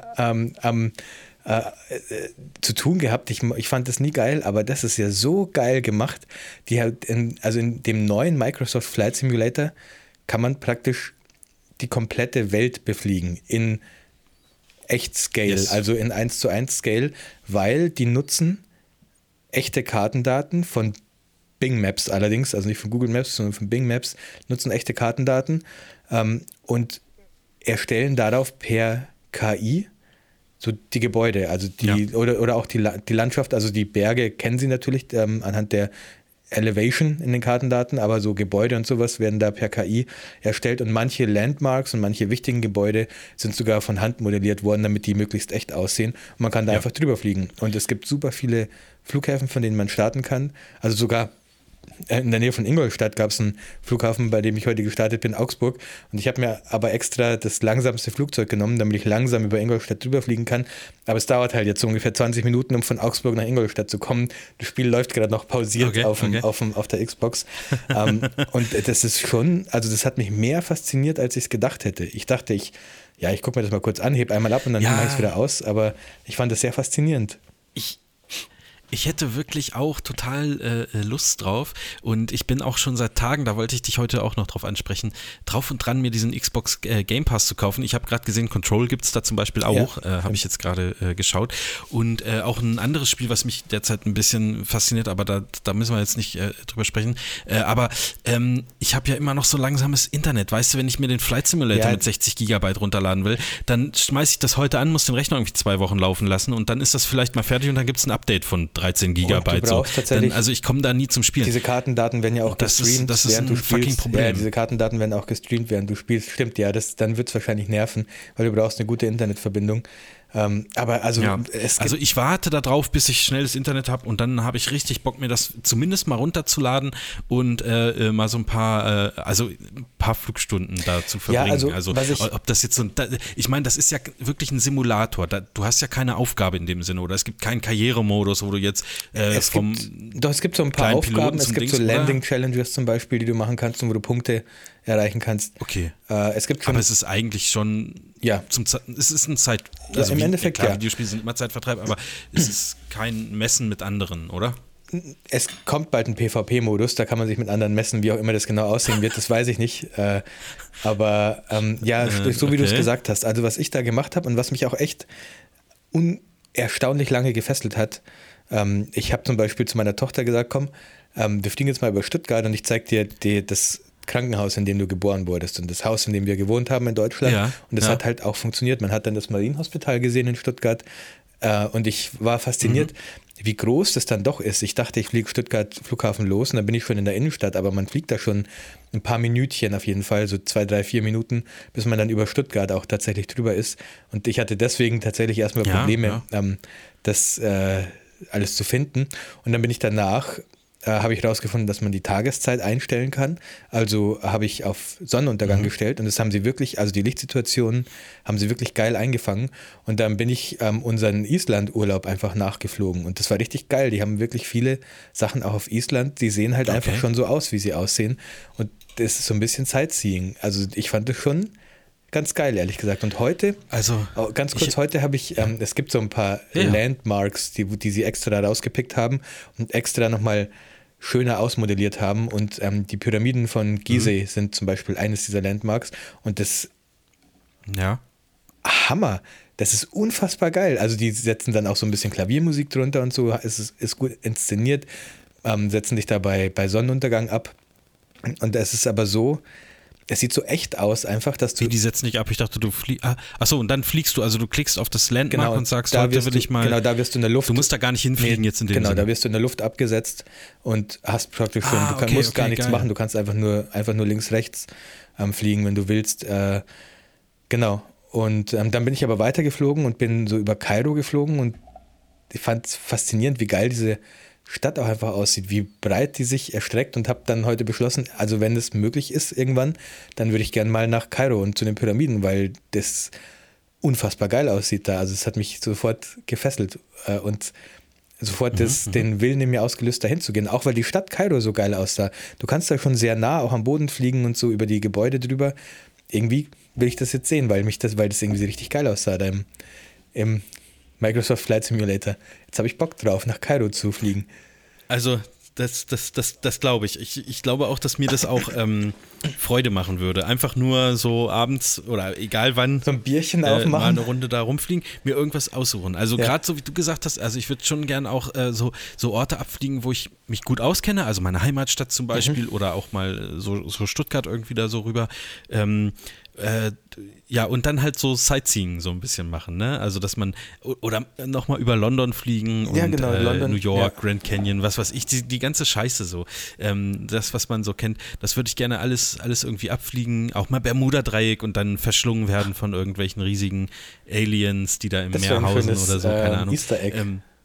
zu tun gehabt. Ich fand das nie geil, aber das ist ja so geil gemacht. In dem neuen Microsoft Flight Simulator kann man praktisch die komplette Welt befliegen in Echt-Scale, also in 1:1 Scale, weil die nutzen echte Kartendaten von Bing Maps allerdings, also nicht von Google Maps, sondern von Bing Maps, nutzen echte Kartendaten und erstellen darauf per KI so die Gebäude, also oder auch die Landschaft, also die Berge kennen sie natürlich anhand der Elevation in den Kartendaten, aber so Gebäude und sowas werden da per KI erstellt und manche Landmarks und manche wichtigen Gebäude sind sogar von Hand modelliert worden, damit die möglichst echt aussehen und man kann da einfach drüber fliegen. Und es gibt super viele Flughäfen, von denen man starten kann, also sogar in der Nähe von Ingolstadt gab es einen Flughafen, bei dem ich heute gestartet bin, Augsburg. Und ich habe mir aber extra das langsamste Flugzeug genommen, damit ich langsam über Ingolstadt drüber fliegen kann. Aber es dauert halt jetzt so ungefähr 20 Minuten, um von Augsburg nach Ingolstadt zu kommen. Das Spiel läuft gerade noch pausiert auf der Xbox. Und das ist schon, also das hat mich mehr fasziniert, als ich es gedacht hätte. Ich dachte, ich gucke mir das mal kurz an, heb einmal ab und dann mache ich es wieder aus. Aber ich fand das sehr faszinierend. Ich hätte wirklich auch total Lust drauf und ich bin auch schon seit Tagen, da wollte ich dich heute auch noch drauf ansprechen, drauf und dran, mir diesen Xbox Game Pass zu kaufen. Ich habe gerade gesehen, Control gibt es da zum Beispiel auch, habe ich jetzt gerade geschaut. Und auch ein anderes Spiel, was mich derzeit ein bisschen fasziniert, aber da müssen wir jetzt nicht drüber sprechen. Aber ich habe ja immer noch so langsames Internet. Weißt du, wenn ich mir den Flight Simulator mit 60 Gigabyte runterladen will, dann schmeiße ich das heute an, muss den Rechner irgendwie 2 Wochen laufen lassen und dann ist das vielleicht mal fertig und dann gibt es ein Update von 13 Gigabyte. So. Also ich komme da nie zum Spielen. Diese Kartendaten werden ja auch gestreamt, das ist ein fucking Problem. Ja, diese Kartendaten werden auch gestreamt, während du spielst. Stimmt, ja, dann wird es wahrscheinlich nerven, weil du brauchst eine gute Internetverbindung. Aber also ich warte da drauf, bis ich schnelles Internet habe und dann habe ich richtig Bock, mir das zumindest mal runterzuladen und mal so ein paar Flugstunden da zu verbringen. Ob das jetzt ich meine, das ist ja wirklich ein Simulator. Du hast ja keine Aufgabe in dem Sinne oder es gibt keinen Karrieremodus, wo du jetzt es gibt so ein paar Aufgaben, es gibt so Landing-Challenges zum Beispiel, die du machen kannst und wo du Punkte erreichen kannst. Okay. Aber es ist eigentlich schon es ist ein im Endeffekt Videospiele sind immer Zeitvertreib, aber es ist kein Messen mit anderen, oder? Es kommt bald ein PvP-Modus, da kann man sich mit anderen messen, wie auch immer das genau aussehen wird, das weiß ich nicht. Aber so wie du es gesagt hast, also was ich da gemacht habe und was mich auch echt erstaunlich lange gefesselt hat, ich habe zum Beispiel zu meiner Tochter gesagt, komm, wir fliegen jetzt mal über Stuttgart und ich zeige dir das Krankenhaus, in dem du geboren wurdest und das Haus, in dem wir gewohnt haben in Deutschland. Und das hat halt auch funktioniert. Man hat dann das Marienhospital gesehen in Stuttgart und ich war fasziniert, wie groß das dann doch ist. Ich dachte, ich fliege Stuttgart Flughafen los und dann bin ich schon in der Innenstadt, aber man fliegt da schon ein paar Minütchen auf jeden Fall, so 2, 3, 4 Minuten, bis man dann über Stuttgart auch tatsächlich drüber ist. Und ich hatte deswegen tatsächlich erstmal Probleme, das alles zu finden. Und dann bin ich danach habe ich rausgefunden, dass man die Tageszeit einstellen kann. Also habe ich auf Sonnenuntergang gestellt und das haben sie wirklich, also die Lichtsituationen haben sie wirklich geil eingefangen und dann bin ich unseren Island-Urlaub einfach nachgeflogen und das war richtig geil. Die haben wirklich viele Sachen auch auf Island, die sehen halt einfach schon so aus, wie sie aussehen und das ist so ein bisschen Sightseeing. Also ich fand das schon ganz geil, ehrlich gesagt. Und heute, ganz kurz, heute habe ich, es gibt so ein paar Landmarks, die sie extra rausgepickt haben und extra nochmal schöner ausmodelliert haben und die Pyramiden von Gizeh sind zum Beispiel eines dieser Landmarks und das Hammer, das ist unfassbar geil. Also die setzen dann auch so ein bisschen Klaviermusik drunter und so, es ist gut inszeniert, setzen dich dabei bei Sonnenuntergang ab und es ist aber so, es sieht so echt aus, einfach, dass du... Die setzen nicht ab, ich dachte, du fliegst... Achso, und dann fliegst du, also du klickst auf das Landmark und sagst, heute will ich mal... Genau, da wirst du in der Luft... Du musst da gar nicht hinfliegen jetzt in dem Sinne. Genau, da wirst du in der Luft abgesetzt und hast praktisch schon... Du musst gar nichts machen, du kannst einfach nur links, rechts fliegen, wenn du willst. Genau. Und dann bin ich aber weitergeflogen und bin so über Kairo geflogen und ich fand es faszinierend, wie geil diese Stadt auch einfach aussieht, wie breit die sich erstreckt und habe dann heute beschlossen, also wenn es möglich ist irgendwann, dann würde ich gerne mal nach Kairo und zu den Pyramiden, weil das unfassbar geil aussieht da. Also es hat mich sofort gefesselt und sofort den Willen in mir ausgelöst, da hinzugehen, auch weil die Stadt Kairo so geil aussah. Du kannst da schon sehr nah auch am Boden fliegen und so über die Gebäude drüber. Irgendwie will ich das jetzt sehen, weil das irgendwie so richtig geil aussah da im Microsoft Flight Simulator. Jetzt habe ich Bock drauf, nach Kairo zu fliegen. Also, das glaube ich. Ich glaube auch, dass mir das auch Freude machen würde. Einfach nur so abends oder egal wann. So ein Bierchen aufmachen. Mal eine Runde da rumfliegen, mir irgendwas aussuchen. Also gerade so, wie du gesagt hast, also ich würde schon gern auch so Orte abfliegen, wo ich mich gut auskenne. Also meine Heimatstadt zum Beispiel oder auch mal so Stuttgart irgendwie da so rüber. Ja, und dann halt so Sightseeing so ein bisschen machen, ne? Also, dass man, oder nochmal über London fliegen und genau, London, New York, Grand Canyon, was weiß ich, die ganze Scheiße so. Das, was man so kennt, das würde ich gerne alles irgendwie abfliegen, auch mal Bermuda-Dreieck und dann verschlungen werden von irgendwelchen riesigen Aliens, die da im Meer hausen oder so, keine Ahnung. Easter Egg.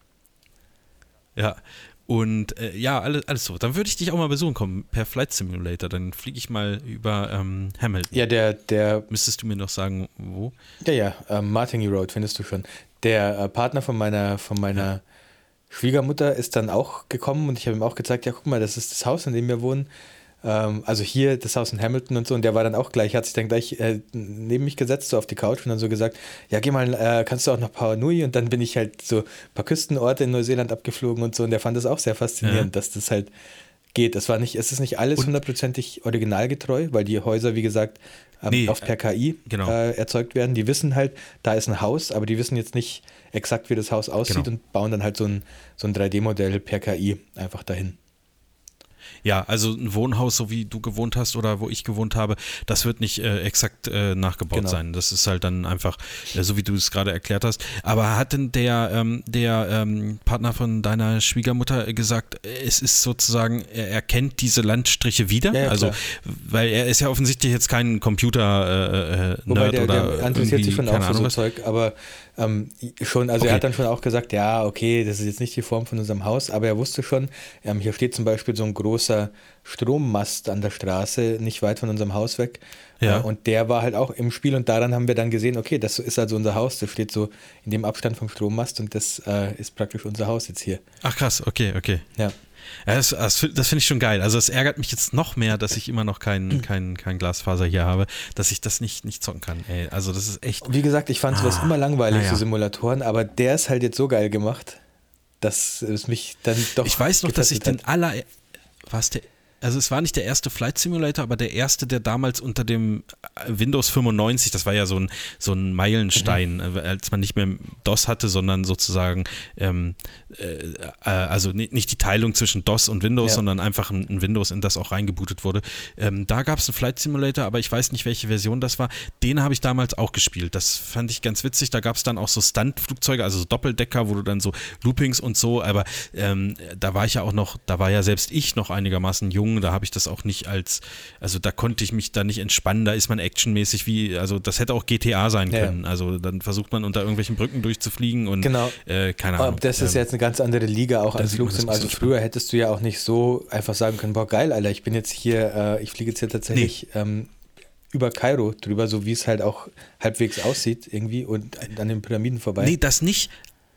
Ja. Und alles so. Dann würde ich dich auch mal besuchen kommen per Flight Simulator. Dann fliege ich mal über Hamilton. Ja, der Müsstest du mir noch sagen, wo? Martigny Road findest du schon. Der Partner von meiner Schwiegermutter ist dann auch gekommen und ich habe ihm auch gezeigt, ja, guck mal, das ist das Haus, in dem wir wohnen. Also hier das Haus in Hamilton und so, und der war dann auch gleich, hat sich dann gleich neben mich gesetzt, so auf die Couch und dann so gesagt, ja, geh mal, kannst du auch nach Papua Nui, und dann bin ich halt so ein paar Küstenorte in Neuseeland abgeflogen und so, und der fand das auch sehr faszinierend, dass das halt geht. Es ist nicht alles hundertprozentig originalgetreu, weil die Häuser, wie gesagt, oft per KI erzeugt werden. Die wissen halt, da ist ein Haus, aber die wissen jetzt nicht exakt, wie das Haus aussieht und bauen dann halt so ein 3D-Modell per KI einfach dahin. Ja, also ein Wohnhaus, so wie du gewohnt hast oder wo ich gewohnt habe, das wird nicht exakt nachgebaut sein. Das ist halt dann einfach, so wie du es gerade erklärt hast. Aber hat denn der Partner von deiner Schwiegermutter gesagt, es ist sozusagen, er kennt diese Landstriche wieder? Ja, also, weil er ist ja offensichtlich jetzt kein Computer-Nerd der interessiert sich schon auch für so Zeug, aber schon, also er hat dann schon auch gesagt, ja, okay, das ist jetzt nicht die Form von unserem Haus, aber er wusste schon, hier steht zum Beispiel so ein großer Strommast an der Straße, nicht weit von unserem Haus weg. Ja. Und der war halt auch im Spiel, und daran haben wir dann gesehen, okay, das ist also unser Haus, das steht so in dem Abstand vom Strommast, und das ist praktisch unser Haus jetzt hier. Ach krass, okay. Ja. Ja, das finde ich schon geil. Also es ärgert mich jetzt noch mehr, dass ich immer noch kein Glasfaser hier habe, dass ich das nicht zocken kann. Ey, also das ist echt... Wie gesagt, ich fand sowas immer langweilig, so Simulatoren, aber der ist halt jetzt so geil gemacht, dass es mich dann doch... Ich weiß noch, dass ich also es war nicht der erste Flight Simulator, aber der erste, der damals unter dem Windows 95, das war ja so ein Meilenstein, als man nicht mehr DOS hatte, sondern sozusagen, also nicht die Teilung zwischen DOS und Windows, sondern einfach ein Windows, in das auch reingebootet wurde. Da gab es einen Flight Simulator, aber ich weiß nicht, welche Version das war. Den habe ich damals auch gespielt. Das fand ich ganz witzig. Da gab es dann auch so Stuntflugzeuge, also so Doppeldecker, wo du dann so Loopings und so, aber da war ja selbst ich noch einigermaßen jung. Da habe ich das auch nicht also da konnte ich mich da nicht entspannen, da ist man actionmäßig also das hätte auch GTA sein können, also dann versucht man unter irgendwelchen Brücken durchzufliegen und keine Ahnung. Das ist jetzt eine ganz andere Liga auch als Flugsim, also früher hättest du ja auch nicht so einfach sagen können, boah geil, Alter, ich bin jetzt hier, ich fliege jetzt hier tatsächlich über Kairo drüber, so wie es halt auch halbwegs aussieht irgendwie und an den Pyramiden vorbei. Nee, das nicht,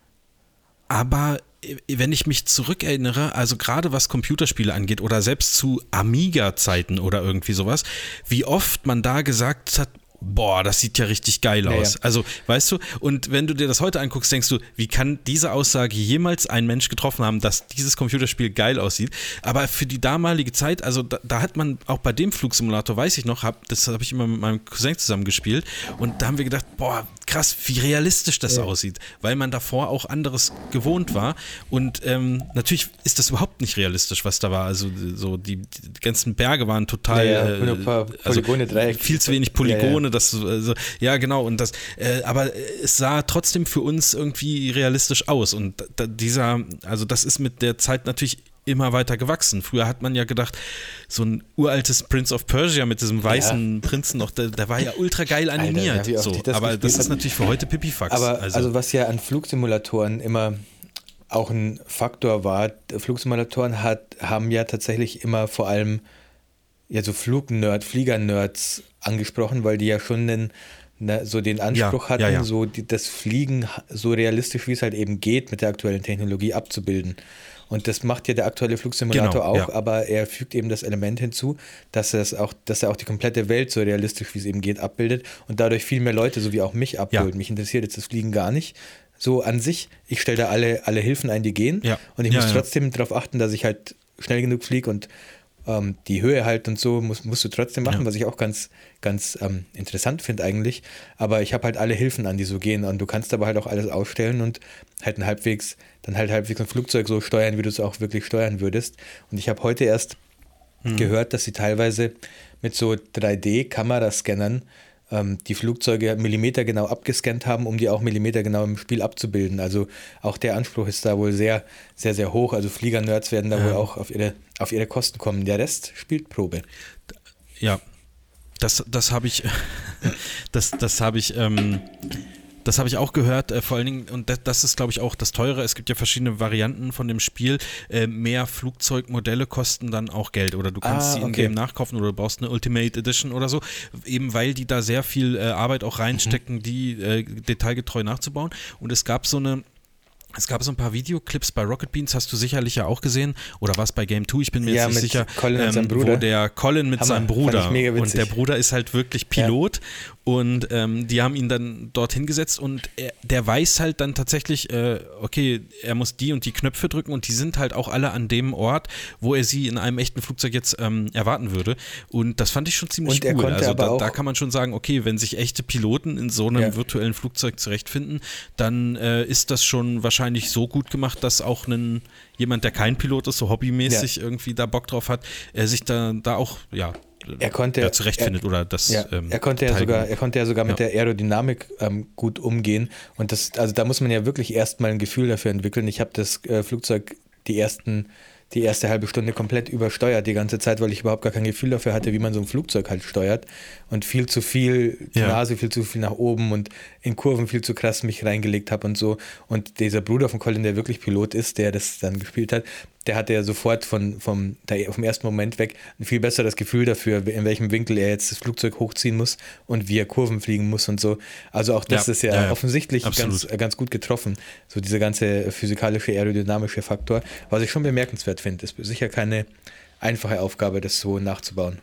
aber wenn ich mich zurückerinnere, also gerade was Computerspiele angeht oder selbst zu Amiga-Zeiten oder irgendwie sowas, wie oft man da gesagt hat, boah, das sieht ja richtig geil aus. Ja. Also, weißt du, und wenn du dir das heute anguckst, denkst du, wie kann diese Aussage jemals ein Mensch getroffen haben, dass dieses Computerspiel geil aussieht? Aber für die damalige Zeit, also da hat man auch bei dem Flugsimulator, weiß ich noch, das habe ich immer mit meinem Cousin zusammen gespielt, und da haben wir gedacht, boah, krass, wie realistisch das aussieht, weil man davor auch anderes gewohnt war, und natürlich ist das überhaupt nicht realistisch, was da war, also so die ganzen Berge waren total Polygone, Dreiecke. Viel zu wenig Polygone, das genau, und das aber es sah trotzdem für uns irgendwie realistisch aus, und das ist mit der Zeit natürlich immer weiter gewachsen. Früher hat man ja gedacht, so ein uraltes Prince of Persia mit diesem weißen Prinzen noch, der war ja ultra geil animiert. Alter, aber das ist natürlich für heute Pipifax. Aber also was ja an Flugsimulatoren immer auch ein Faktor war, Flugsimulatoren haben ja tatsächlich immer vor allem so Flieger-Nerds angesprochen, weil die ja schon so den Anspruch hatten, so das Fliegen so realistisch, wie es halt eben geht, mit der aktuellen Technologie abzubilden. Und das macht ja der aktuelle Flugsimulator auch, aber er fügt eben das Element hinzu, dass er auch die komplette Welt so realistisch, wie es eben geht, abbildet und dadurch viel mehr Leute, so wie auch mich, abholt. Mich interessiert jetzt das Fliegen gar nicht so an sich. Ich stelle da alle Hilfen ein, die gehen, und ich muss trotzdem darauf achten, dass ich halt schnell genug fliege, und die Höhe halt und so musst du trotzdem machen, was ich auch ganz, ganz interessant finde eigentlich. Aber ich habe halt alle Hilfen an, die so gehen, und du kannst aber halt auch alles ausstellen und halt halbwegs ein Flugzeug so steuern, wie du es auch wirklich steuern würdest. Und ich habe heute erst gehört, dass sie teilweise mit so 3D-Kamerascannern die Flugzeuge millimetergenau abgescannt haben, um die auch millimetergenau im Spiel abzubilden. Also auch der Anspruch ist da wohl sehr, sehr, sehr hoch. Also Flieger-Nerds werden da wohl auch auf ihre Kosten kommen. Der Rest spielt Probe. Ja, das habe ich, das habe ich auch gehört, vor allen Dingen, und das ist, glaube ich, auch das Teure. Es gibt ja verschiedene Varianten von dem Spiel. Mehr Flugzeugmodelle kosten dann auch Geld oder du kannst sie in-game nachkaufen oder du brauchst eine Ultimate Edition oder so, eben weil die da sehr viel Arbeit auch reinstecken, die detailgetreu nachzubauen. Und es gab so ein paar Videoclips bei Rocket Beans, hast du sicherlich ja auch gesehen, oder war es bei Game 2, ich bin mir jetzt nicht sicher, Colin und seinem Bruder. Wo der Colin mit seinem Bruder, und der Bruder ist halt wirklich Pilot und die haben ihn dann dort hingesetzt und der weiß halt dann tatsächlich, okay, er muss die und die Knöpfe drücken und die sind halt auch alle an dem Ort, wo er sie in einem echten Flugzeug jetzt erwarten würde, und das fand ich schon ziemlich cool. Also da kann man schon sagen, okay, wenn sich echte Piloten in so einem virtuellen Flugzeug zurechtfinden, dann ist das schon wahrscheinlich so gut gemacht, dass auch jemand, der kein Pilot ist, so hobbymäßig irgendwie da Bock drauf hat, sich da auch zurechtfindet oder das er konnte ja sogar mit der Aerodynamik gut umgehen, und also da muss man ja wirklich erstmal ein Gefühl dafür entwickeln. Ich habe das Flugzeug die erste halbe Stunde komplett übersteuert die ganze Zeit, weil ich überhaupt gar kein Gefühl dafür hatte, wie man so ein Flugzeug halt steuert, und viel zu viel die Nase, viel zu viel nach oben und in Kurven viel zu krass mich reingelegt habe und so. Und dieser Bruder von Colin, der wirklich Pilot ist, der das dann gespielt hat, der hatte ja sofort vom ersten Moment weg ein viel besseres Gefühl dafür, in welchem Winkel er jetzt das Flugzeug hochziehen muss und wie er Kurven fliegen muss und so. Also auch das ist ja offensichtlich ganz gut getroffen, so dieser ganze physikalische, aerodynamische Faktor, was ich schon bemerkenswert finde. Ist sicher keine einfache Aufgabe, das so nachzubauen.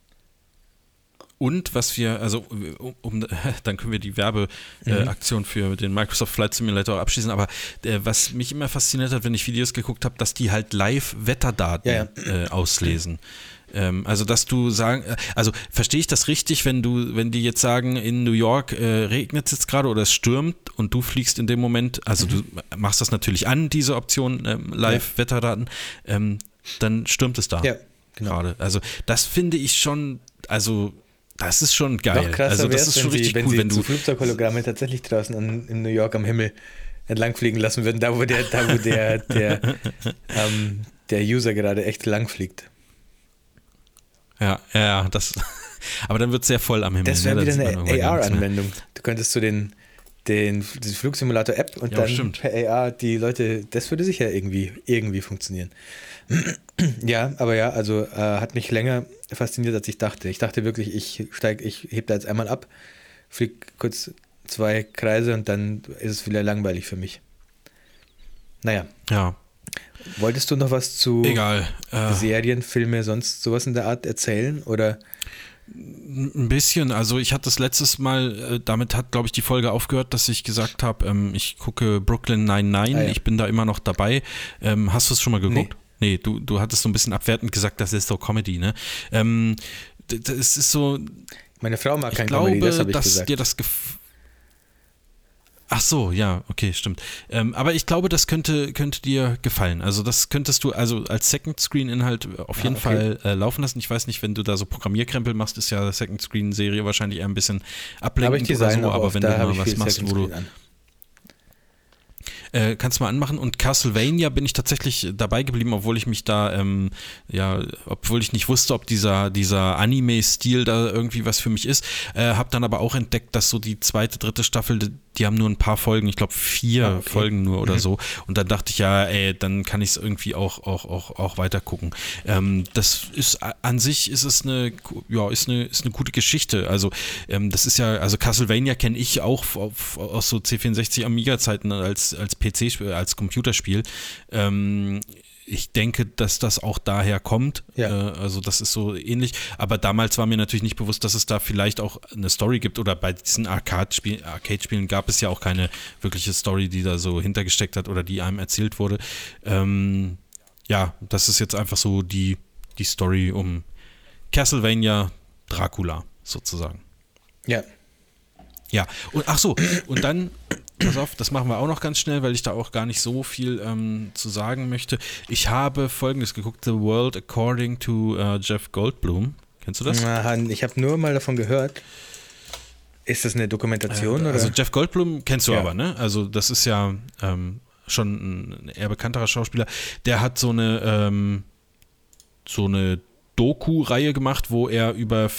Und was wir, also dann können wir die Werbeaktion für den Microsoft Flight Simulator abschließen, aber was mich immer fasziniert hat, wenn ich Videos geguckt habe, dass die halt live Wetterdaten auslesen. Also dass du sagen, also verstehe ich das richtig, wenn die jetzt sagen, in New York regnet es jetzt gerade oder es stürmt und du fliegst in dem Moment, also du machst das natürlich an, diese Option Live-Wetterdaten, dann stürmt es da gerade. Also das finde ich schon, also das ist schon geil. Noch krasser also das ist schon richtig cool, wenn du Flugzeughologramme tatsächlich draußen in New York am Himmel entlangfliegen lassen würden, da wo der User gerade echt lang fliegt. Ja, das. Aber dann wird es sehr voll am Himmel. Das wäre wieder eine AR-Anwendung. Du könntest so die Flugsimulator-App und dann per AR die Leute, das würde sicher irgendwie funktionieren. Ja, aber also hat mich länger fasziniert, als ich dachte. Ich dachte wirklich, ich hebe da jetzt einmal ab, fliege kurz 2 Kreise und dann ist es wieder langweilig für mich. Naja. Ja. Wolltest du noch was zu Serien, Filme, sonst sowas in der Art erzählen, oder? Ein bisschen, also ich hatte das letztes Mal, damit hat, glaube ich, die Folge aufgehört, dass ich gesagt habe, ich gucke Brooklyn Nine-Nine, ich bin da immer noch dabei. Hast du es schon mal geguckt? Nee, du hattest so ein bisschen abwertend gesagt, das ist so Comedy, ne? Das ist so... Meine Frau mag kein Comedy, das habe ich gesagt. Dir das Ach so, ja, okay, stimmt. Aber ich glaube, das könnte dir gefallen. Also das könntest du also als Second-Screen-Inhalt auf jeden Fall laufen lassen. Ich weiß nicht, wenn du da so Programmierkrempel machst, ist ja Second-Screen-Serie wahrscheinlich eher ein bisschen ablenkend oder so, aber wenn du mal was machst, wo du... Kannst du mal anmachen. Und Castlevania bin ich tatsächlich dabei geblieben, obwohl ich mich da, obwohl ich nicht wusste, ob dieser Anime-Stil da irgendwie was für mich ist. Hab dann aber auch entdeckt, dass so die 2., 3. Staffel, die haben nur ein paar Folgen, ich glaube 4 Folgen nur oder so. Und dann dachte ich, dann kann ich es irgendwie auch weiter gucken. Das ist an sich ist es eine gute Geschichte. Also das ist ja, also Castlevania kenne ich auch aus so C64 Amiga-Zeiten als PC-Spiel, als Computerspiel. Ich denke, dass das auch daher kommt. Ja. Also das ist so ähnlich. Aber damals war mir natürlich nicht bewusst, dass es da vielleicht auch eine Story gibt. Oder bei diesen Arcade-Spielen gab es ja auch keine wirkliche Story, die da so hintergesteckt hat oder die einem erzählt wurde. Das ist jetzt einfach so die Story um Castlevania Dracula sozusagen. Ja. Ja, und dann, pass auf, das machen wir auch noch ganz schnell, weil ich da auch gar nicht so viel zu sagen möchte. Ich habe Folgendes geguckt, The World According to Jeff Goldblum. Kennst du das? Ich habe nur mal davon gehört. Ist das eine Dokumentation? Oder? Also Jeff Goldblum kennst du Ja. aber, ne? Also das ist ja schon ein eher bekannterer Schauspieler. Der hat so eine Doku-Reihe gemacht, wo er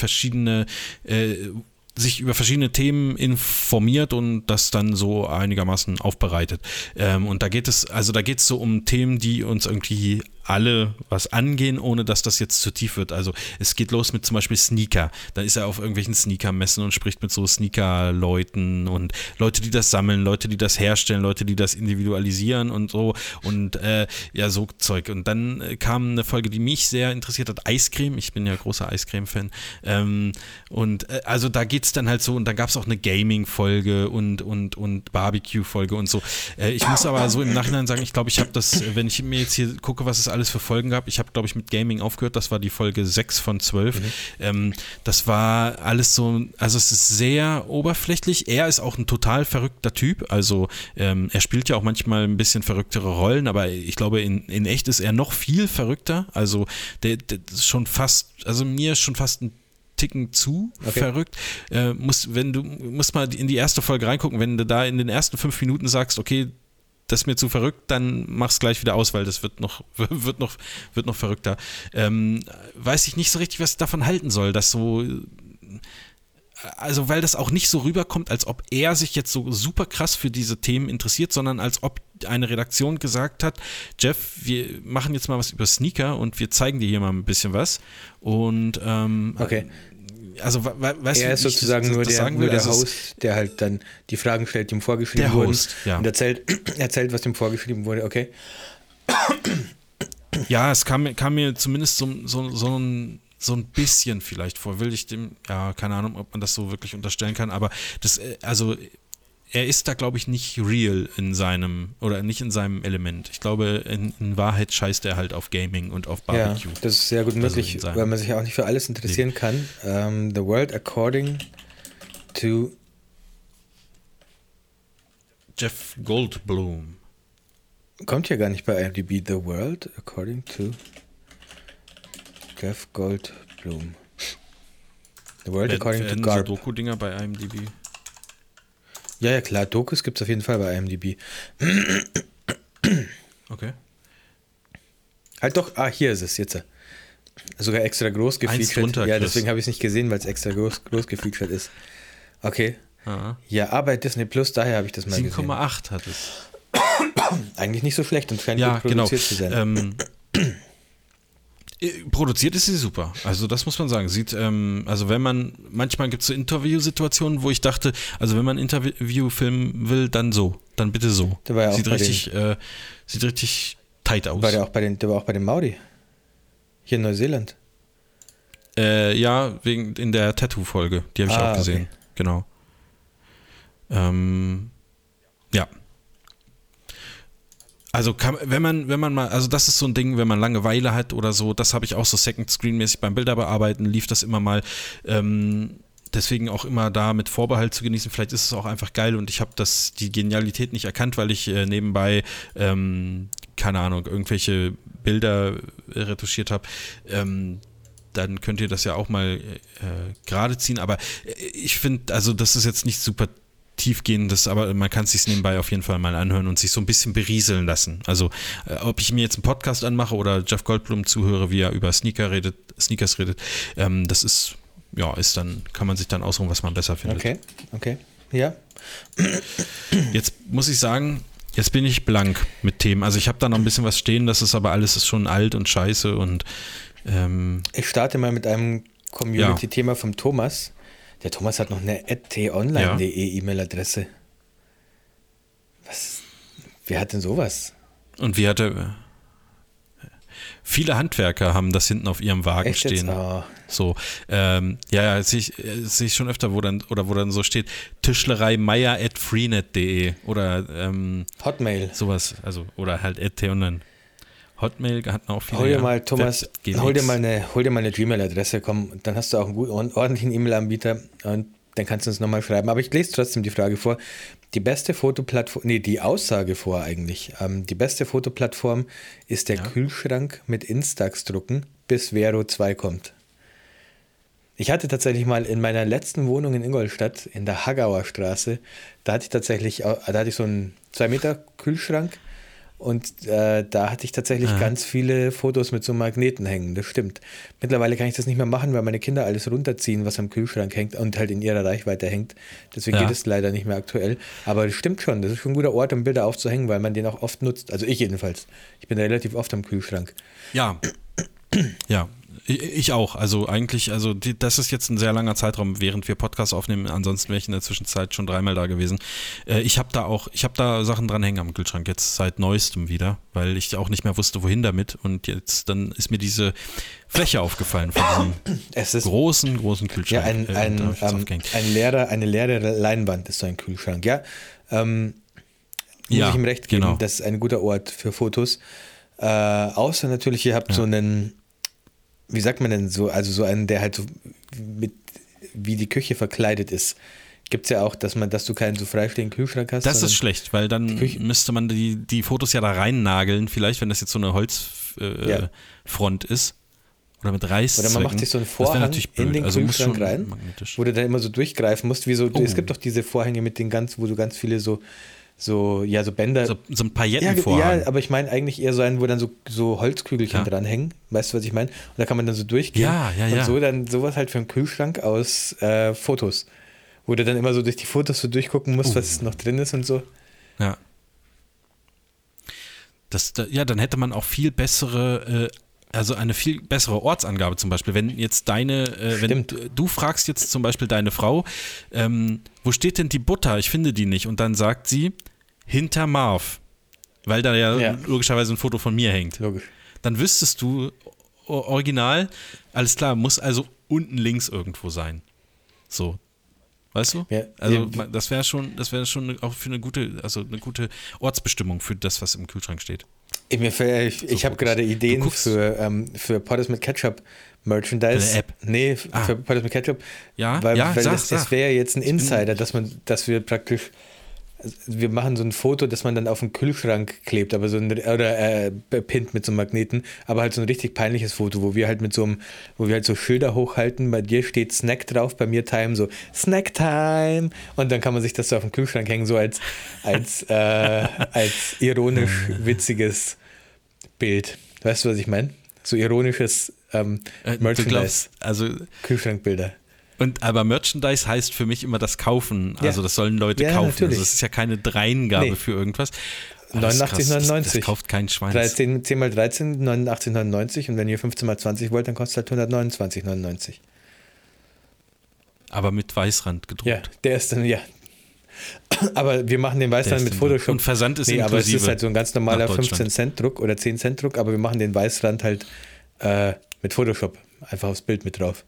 sich über verschiedene Themen informiert und das dann so einigermaßen aufbereitet. Und da geht es so um Themen, die uns irgendwie alle was angehen, ohne dass das jetzt zu tief wird. Also es geht los mit zum Beispiel Sneaker. Da ist er auf irgendwelchen Sneaker-Messen und spricht mit so Sneaker-Leuten und Leute, die das sammeln, Leute, die das herstellen, Leute, die das individualisieren und so und so Zeug. Und dann kam eine Folge, die mich sehr interessiert hat, Eiscreme. Ich bin ja großer Eiscreme-Fan. Also da geht es dann halt so und dann gab es auch eine Gaming-Folge und Barbecue-Folge und so. Ich muss aber so im Nachhinein sagen, ich glaube, ich habe das, wenn ich mir jetzt hier gucke, was es alles für Folgen gab, ich habe, glaube ich, mit Gaming aufgehört, das war die Folge 6 von 12. Das war alles so, also es ist sehr oberflächlich. Er ist auch ein total verrückter Typ, also er spielt ja auch manchmal ein bisschen verrücktere Rollen, aber ich glaube, in echt ist er noch viel verrückter, also der ist schon fast, also mir ist schon fast ein Ticken zu verrückt. Musst mal in die erste Folge reingucken, wenn du da in den ersten 5 Minuten sagst, okay, das ist mir zu verrückt, dann mach's gleich wieder aus, weil das wird noch verrückter. Weiß ich nicht so richtig, was ich davon halten soll, dass so, also weil das auch nicht so rüberkommt, als ob er sich jetzt so super krass für diese Themen interessiert, sondern als ob eine Redaktion gesagt hat, Jeff, wir machen jetzt mal was über Sneaker und wir zeigen dir hier mal ein bisschen was und also weißt er ist sozusagen nur der Host, der halt dann die Fragen stellt, die ihm vorgeschrieben wurden und erzählt, was ihm vorgeschrieben wurde, okay. Ja, es kam mir zumindest so ein bisschen vielleicht vor, will ich dem, ja, keine Ahnung, ob man das so wirklich unterstellen kann, aber das, also er ist da, glaube ich, nicht real nicht in seinem Element. Ich glaube, in Wahrheit scheißt er halt auf Gaming und auf Barbecue. Ja, das ist sehr gut möglich, weil man sich ja auch nicht für alles interessieren kann. The World According to Jeff Goldblum. Kommt ja gar nicht bei IMDb. The World According to Jeff Goldblum. The World According to Garp. So Doku-Dinger bei IMDb? Ja, klar, Dokus gibt es auf jeden Fall bei IMDb. Okay. Halt doch, hier ist es jetzt. Sogar extra groß gefeatured. Ja, deswegen habe ich es nicht gesehen, weil es extra groß gefeatured ist. Okay. Aha. Ja, aber Disney Plus, daher habe ich das mal gesehen. 7,8 hat es. Eigentlich nicht so schlecht und scheint gut produziert zu sein. Produziert ist sie super, also das muss man sagen. Also manchmal gibt es so Interviewsituationen, wo ich dachte, also wenn man ein Interview filmen will, dann bitte so. Der war ja sieht richtig tight aus. Der war auch bei den Maori. Hier in Neuseeland. Ja, in der Tattoo-Folge, die habe ich auch gesehen. Okay. Genau. Ja. Also wenn man mal, also das ist so ein Ding, wenn man Langeweile hat oder so, das habe ich auch so Second-Screen-mäßig beim Bilderbearbeiten, lief das immer mal, deswegen auch immer da mit Vorbehalt zu genießen, vielleicht ist es auch einfach geil und ich habe die Genialität nicht erkannt, weil ich nebenbei, keine Ahnung, irgendwelche Bilder retuschiert habe, dann könnt ihr das ja auch mal gerade ziehen, aber ich finde, also das ist jetzt nicht super tiefgehendes, aber man kann es sich nebenbei auf jeden Fall mal anhören und sich so ein bisschen berieseln lassen. Also ob ich mir jetzt einen Podcast anmache oder Jeff Goldblum zuhöre, wie er über Sneakers redet, das ist dann, kann man sich dann ausruhen, was man besser findet. Okay, ja. Jetzt muss ich sagen, jetzt bin ich blank mit Themen. Also ich habe da noch ein bisschen was stehen, das ist aber alles schon alt und scheiße und ich starte mal mit einem Community-Thema vom Thomas. Der Thomas hat noch eine @t-online.de E-Mail-Adresse. Wer hat denn sowas? Und wie hat er... Viele Handwerker haben das hinten auf ihrem Wagen Echt stehen. Oh. So, sehe ich schon öfter, wo dann so steht, Tischlerei-meier@freenet.de oder Hotmail. Sowas, also oder halt @t-online. Hotmail hat auch viele. Hol dir mal, Thomas, hol dir mal eine Gmail-Adresse, komm, dann hast du auch einen guten, ordentlichen E-Mail-Anbieter und dann kannst du uns nochmal schreiben. Aber ich lese trotzdem die Frage vor. Die beste Fotoplattform, die Aussage vor eigentlich. Die beste Fotoplattform ist der Kühlschrank mit Instax drucken, bis Vero 2 kommt. Ich hatte tatsächlich mal in meiner letzten Wohnung in Ingolstadt, in der Haggauer Straße, da hatte ich so einen 2 Meter Kühlschrank und da hatte ich tatsächlich ganz viele Fotos mit so Magneten hängen, das stimmt. Mittlerweile kann ich das nicht mehr machen, weil meine Kinder alles runterziehen, was am Kühlschrank hängt und halt in ihrer Reichweite hängt. Deswegen geht es leider nicht mehr aktuell. Aber das stimmt schon, das ist schon ein guter Ort, um Bilder aufzuhängen, weil man den auch oft nutzt. Also ich jedenfalls. Ich bin relativ oft am Kühlschrank. Ja. Ja. Ich auch. Also eigentlich, das ist jetzt ein sehr langer Zeitraum, während wir Podcasts aufnehmen. Ansonsten wäre ich in der Zwischenzeit schon 3-mal da gewesen. Ich habe da Sachen dran hängen am Kühlschrank, jetzt seit neuestem wieder, weil ich auch nicht mehr wusste, wohin damit. Und jetzt dann ist mir diese Fläche aufgefallen von diesem großen Kühlschrank. Ja, eine leere Leinwand ist so ein Kühlschrank. Ja, muss ich ihm recht geben. Genau. Das ist ein guter Ort für Fotos. Außer natürlich, ihr habt so einen, wie sagt man denn so, also so einen, der halt so wie die Küche verkleidet ist. Gibt es ja auch, dass du keinen so freistehenden Kühlschrank hast. Das ist schlecht, weil dann müsste man die Fotos ja da rein nageln, vielleicht, wenn das jetzt so eine Holzfront ist. Oder mit Reißzwecken. Oder man macht sich so einen Vorhang in den Kühlschrank rein, magnetisch, wo du dann immer so durchgreifen musst. Es gibt doch diese Vorhänge mit wo du ganz viele so Bänder. So ein Paillettenvorhang. Ja, aber ich meine eigentlich eher so einen, wo dann so Holzkügelchen dranhängen. Weißt du, was ich meine? Und da kann man dann so durchgehen. Ja. Und so dann sowas halt für einen Kühlschrank aus Fotos. Wo du dann immer so durch die Fotos so durchgucken musst, was noch drin ist und so. Ja. Dann hätte man auch viel bessere, eine viel bessere Ortsangabe zum Beispiel. Wenn jetzt wenn du fragst jetzt zum Beispiel deine Frau, wo steht denn die Butter? Ich finde die nicht. Und dann sagt sie, hinter Marv. Weil da ja logischerweise ein Foto von mir hängt. Logisch. Dann wüsstest du, original, alles klar, muss also unten links irgendwo sein. So. Weißt du? Ja, also das wäre schon auch für eine gute Ortsbestimmung für das, was im Kühlschrank steht. Ich habe gerade Ideen für Potties mit Ketchup Merchandise. Eine App? Nee, für Potties mit Ketchup. Ja, weil es wäre jetzt ein Insider, dass wir praktisch, wir machen so ein Foto, das man dann auf den Kühlschrank klebt, aber pinnt mit so einem Magneten, aber halt so ein richtig peinliches Foto, wo wir halt so Schilder hochhalten, bei dir steht Snack drauf, bei mir Time, so Snack Time, und dann kann man sich das so auf den Kühlschrank hängen, so als ironisch witziges Bild. Weißt du, was ich meine? So ironisches Merchandise. Kühlschrankbilder. Aber Merchandise heißt für mich immer das Kaufen. Also das sollen Leute kaufen. Natürlich. Also das ist ja keine Dreingabe für irgendwas. 89,99. Das kauft kein Schwein. 10 mal 13, 89,99, und wenn ihr 15 mal 20 wollt, dann kostet halt 129,99. Aber mit Weißrand gedruckt. Ja, der ist dann, aber wir machen den Weißrand mit Photoshop. Und Versand ist inklusive. Aber es ist halt so ein ganz normaler 15-Cent-Druck oder 10-Cent-Druck, aber wir machen den Weißrand halt mit Photoshop. Einfach aufs Bild mit drauf.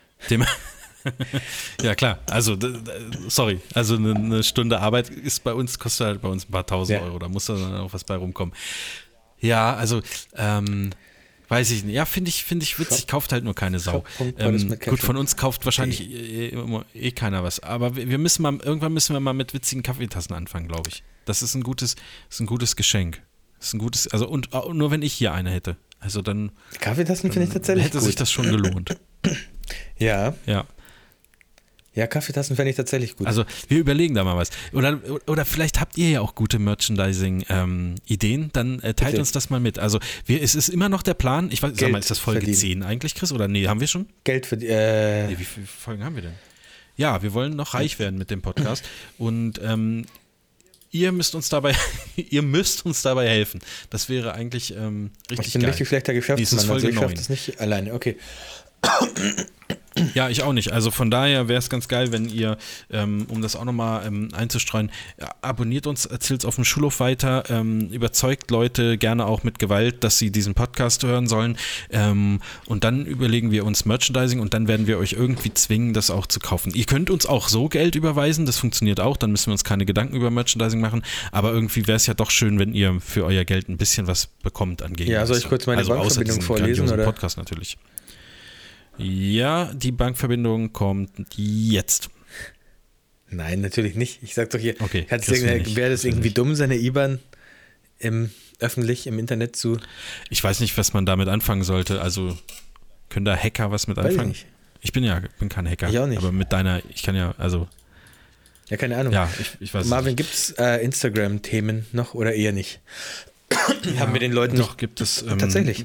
Ja, klar. Also, sorry. Also eine Stunde Arbeit kostet halt bei uns ein paar tausend Euro. Da muss dann auch was bei rumkommen. Ja, also, weiß ich nicht. Ja, finde ich witzig. Kauft halt nur keine Sau. Gut, von uns kauft wahrscheinlich keiner was. Aber irgendwann müssen wir mal mit witzigen Kaffeetassen anfangen, glaube ich. Das ist ein gutes Geschenk. Das ist ein gutes, und nur wenn ich hier eine hätte. Also dann. Kaffeetassen finde ich tatsächlich hätte sich das schon gelohnt. Ja. Ja, Kaffeetassen fände ich tatsächlich gut. Also wir überlegen da mal was. Oder vielleicht habt ihr ja auch gute Merchandising-Ideen, dann teilt uns das mal mit. Also es ist immer noch der Plan, ich weiß, sag mal, ist das Folge 10 eigentlich, Chris? Oder nee, haben wir schon? Wie viele Folgen haben wir denn? Ja, wir wollen noch reich werden mit dem Podcast und ihr müsst uns dabei helfen. Das wäre eigentlich richtig geil. Ich bin ein richtig schlechter Geschäftsmann, also ich schaffe das nicht alleine. Okay. Ja, ich auch nicht. Also von daher wäre es ganz geil, wenn ihr, um das auch nochmal einzustreuen, abonniert uns, erzählt es auf dem Schulhof weiter, überzeugt Leute gerne auch mit Gewalt, dass sie diesen Podcast hören sollen, und dann überlegen wir uns Merchandising und dann werden wir euch irgendwie zwingen, das auch zu kaufen. Ihr könnt uns auch so Geld überweisen, das funktioniert auch, dann müssen wir uns keine Gedanken über Merchandising machen, aber irgendwie wäre es ja doch schön, wenn ihr für euer Geld ein bisschen was bekommt an Gegenwart. Ja, soll ich kurz meine Bankverbindung vorlesen? Oder? Podcast natürlich. Ja, die Bankverbindung kommt jetzt. Nein, natürlich nicht. Ich sag doch hier, okay, wäre das irgendwie dumm, seine IBAN öffentlich im Internet zu... Ich weiß nicht, was man damit anfangen sollte. Also können da Hacker was mit anfangen? Ich bin kein Hacker. Ich auch nicht. Aber mit deiner, ich kann ja, also. Ja, keine Ahnung. Ja, ich weiß Marvin, nicht. gibt es Instagram-Themen noch oder eher nicht? Haben wir den Leuten Doch, nicht. gibt es. Tatsächlich.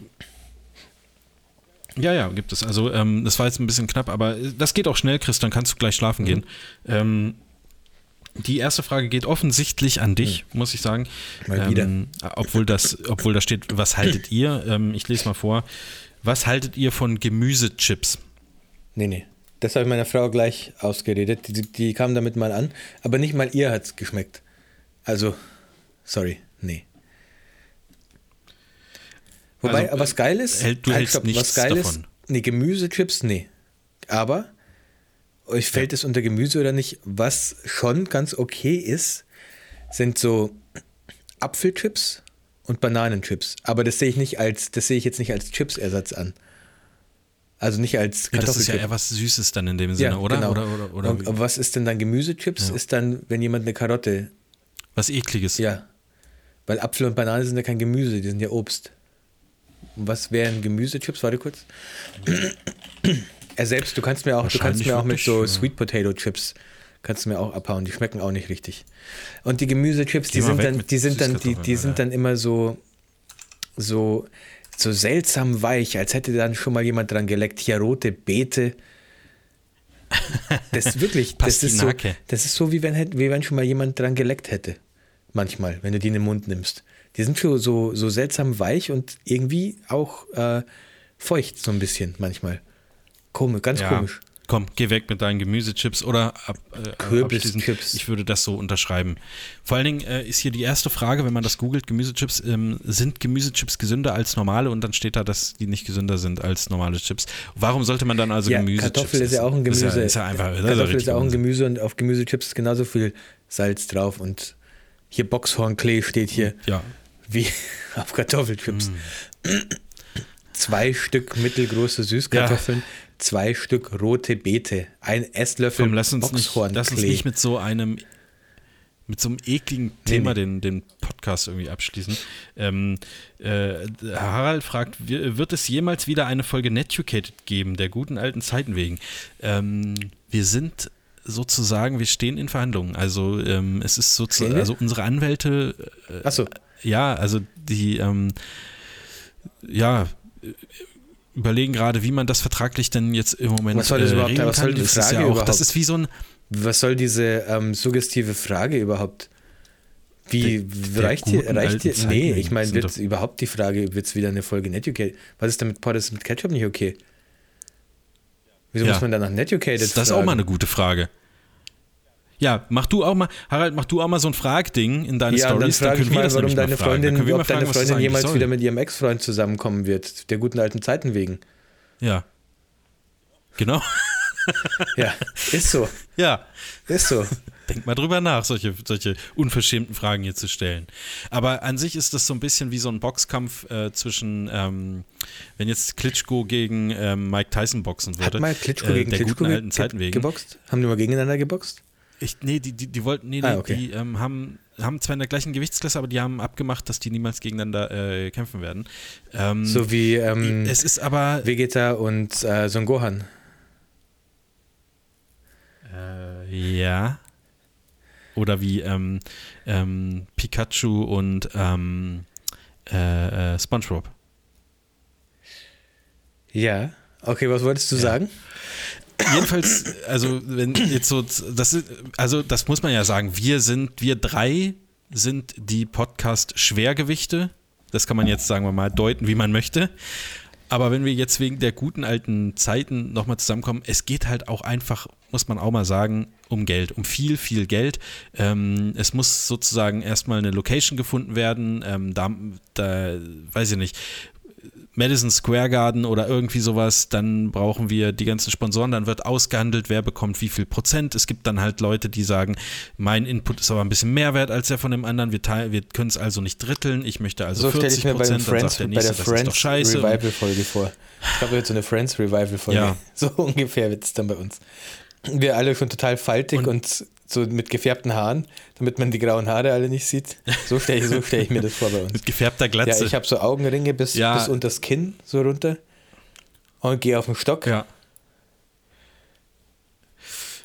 Ja, gibt es. Also, das war jetzt ein bisschen knapp, aber das geht auch schnell, Chris, dann kannst du gleich schlafen gehen. Die erste Frage geht offensichtlich an dich, muss ich sagen. Mal wieder. Obwohl da steht, was haltet ihr? Ich lese mal vor. Was haltet ihr von Gemüsechips? Nee. Das habe ich meiner Frau gleich ausgeredet. Die kam damit mal an, aber nicht mal ihr hat es geschmeckt. Also, sorry, nee. Wobei, Also, was geil ist, du hältst nichts davon. Nee, Gemüsechips, nee. Aber, euch fällt es unter Gemüse oder nicht, was schon ganz okay ist, sind so Apfelchips und Bananenchips. Aber das sehe ich jetzt nicht als Chipsersatz an. Also nicht als Kartoffelchips. Das ist ja eher was Süßes dann in dem Sinne, ja, oder? Genau. Oder und was ist denn dann Gemüsechips? Ja. Ist dann, wenn jemand eine Karotte... Was Ekliges. Ja, weil Apfel und Banane sind ja kein Gemüse, die sind ja Obst. Und was wären Gemüsechips? Warte kurz. Selbst, du kannst mir auch mit so Sweet Potato Chips kannst du mir auch abhauen, die schmecken auch nicht richtig. Und die Gemüsechips, die sind dann immer so seltsam weich, als hätte dann schon mal jemand dran geleckt. Hier rote Beete. Das wirklich, das ist so, wie wenn schon mal jemand dran geleckt hätte. Manchmal, wenn du die in den Mund nimmst. Die sind schon so seltsam weich und irgendwie auch feucht so ein bisschen manchmal. Ganz komisch. Komm, geh weg mit deinen Gemüsechips oder Kürbischips. Ich würde das so unterschreiben. Vor allen Dingen ist hier die erste Frage, wenn man das googelt, Gemüsechips, sind Gemüsechips gesünder als normale? Und dann steht da, dass die nicht gesünder sind als normale Chips. Warum sollte man dann also Gemüsechips Kartoffel ist ja auch ein Gemüse. Kartoffel ist ja auch ein Gemüse und auf Gemüsechips ist genauso viel Salz drauf und hier Boxhornklee steht hier wie auf Kartoffelchips. 2 Stück mittelgroße Süßkartoffeln, 2 Stück rote Beete, 1 Esslöffel Boxhornklee. Lass uns nicht mit so einem ekligen Thema den Podcast irgendwie abschließen. Harald fragt, wird es jemals wieder eine Folge Netucated geben, der guten alten Zeiten wegen? Wir sind sozusagen, wir stehen in Verhandlungen. Also es ist sozusagen, also unsere Anwälte also die überlegen gerade, wie man das vertraglich denn jetzt im Moment was soll das überhaupt, was soll die Frage überhaupt? Das ist wie so ein was soll diese suggestive Frage überhaupt? Reicht dir? Nee, ich meine, wird überhaupt die Frage, wird es wieder eine Folge Netucated? Was ist damit mit Ketchup nicht okay? Wieso muss man dann nach Netucated fragen? Das ist auch mal eine gute Frage. Ja, Harald, mach du auch mal so ein Fragding in deine Stories. Dann frage ich mal, warum deine Freundin jemals soll. wieder mit ihrem Ex-Freund zusammenkommen wird, der guten alten Zeiten wegen. Ja. Genau. Ja, ist so. Ja. Ist so. Denk mal drüber nach, solche unverschämten Fragen hier zu stellen. Aber an sich ist das so ein bisschen wie so ein Boxkampf zwischen, wenn jetzt Klitschko gegen Mike Tyson boxen würde. Hat mal Klitschko gegen Klitschko alten Zeiten wegen. geboxt? Haben die mal gegeneinander geboxt? Die wollten, okay. Die haben zwar in der gleichen Gewichtsklasse, aber die haben abgemacht, dass die niemals gegeneinander kämpfen werden. So wie es ist aber Vegeta und Son Gohan. Ja. Oder wie Pikachu und SpongeBob. Ja, okay, was wolltest du sagen? Jedenfalls, also wenn jetzt so, das muss man ja sagen, wir 3 sind die Podcast-Schwergewichte. Das kann man jetzt, sagen wir mal, deuten, wie man möchte. Aber wenn wir jetzt wegen der guten alten Zeiten nochmal zusammenkommen, es geht halt auch einfach, muss man auch mal sagen, um Geld, um viel, viel Geld. Es muss sozusagen erstmal eine Location gefunden werden, da weiß ich nicht, Madison Square Garden oder irgendwie sowas, dann brauchen wir die ganzen Sponsoren, dann wird ausgehandelt, wer bekommt wie viel Prozent. Es gibt dann halt Leute, die sagen, mein Input ist aber ein bisschen mehr wert als der von dem anderen, wir können es also nicht dritteln, ich möchte also 40%, dann sagt der nächste, das ist doch scheiße. Revival-Folge vor. Ich glaube, wird so eine Friends-Revival-Folge. Ja. So ungefähr wird es dann bei uns. Wir alle schon total faltig und so mit gefärbten Haaren, damit man die grauen Haare alle nicht sieht. So stelle ich mir das vor bei uns. Mit gefärbter Glatze. Ja, ich habe so Augenringe bis unter das Kinn so runter und gehe auf den Stock. Ja.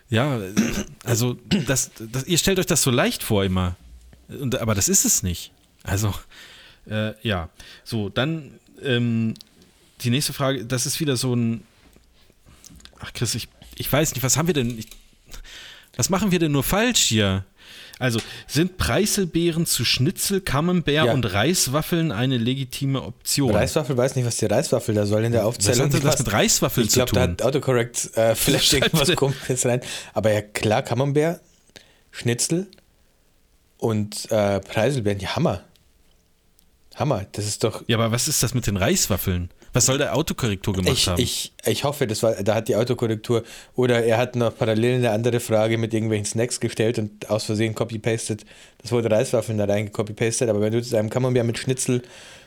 Ja, also ihr stellt euch das so leicht vor immer. Aber das ist es nicht. Also, ja. So, dann die nächste Frage, das ist wieder so ein. Ach Chris, ich weiß nicht, was haben wir denn? Was machen wir denn nur falsch hier? Also, sind Preiselbeeren zu Schnitzel, Camembert und Reiswaffeln eine legitime Option? Reiswaffel, weiß nicht, was die Reiswaffel da soll in der Aufzählung. Was hat das mit Reiswaffeln zu tun? Ich glaube, da hat Autocorrect vielleicht irgendwas Komisches rein. Aber ja, klar, Camembert, Schnitzel und Preiselbeeren, ja, Hammer. Hammer, das ist doch... Ja, aber was ist das mit den Reiswaffeln? Was soll der Autokorrektur gemacht haben? Ich hoffe, da hat die Autokorrektur oder er hat noch parallel eine andere Frage mit irgendwelchen Snacks gestellt und aus Versehen copy-pasted. Das wurde Reiswaffeln da rein copy-pasted, aber wenn du zu einem Camembert mit Schnitzel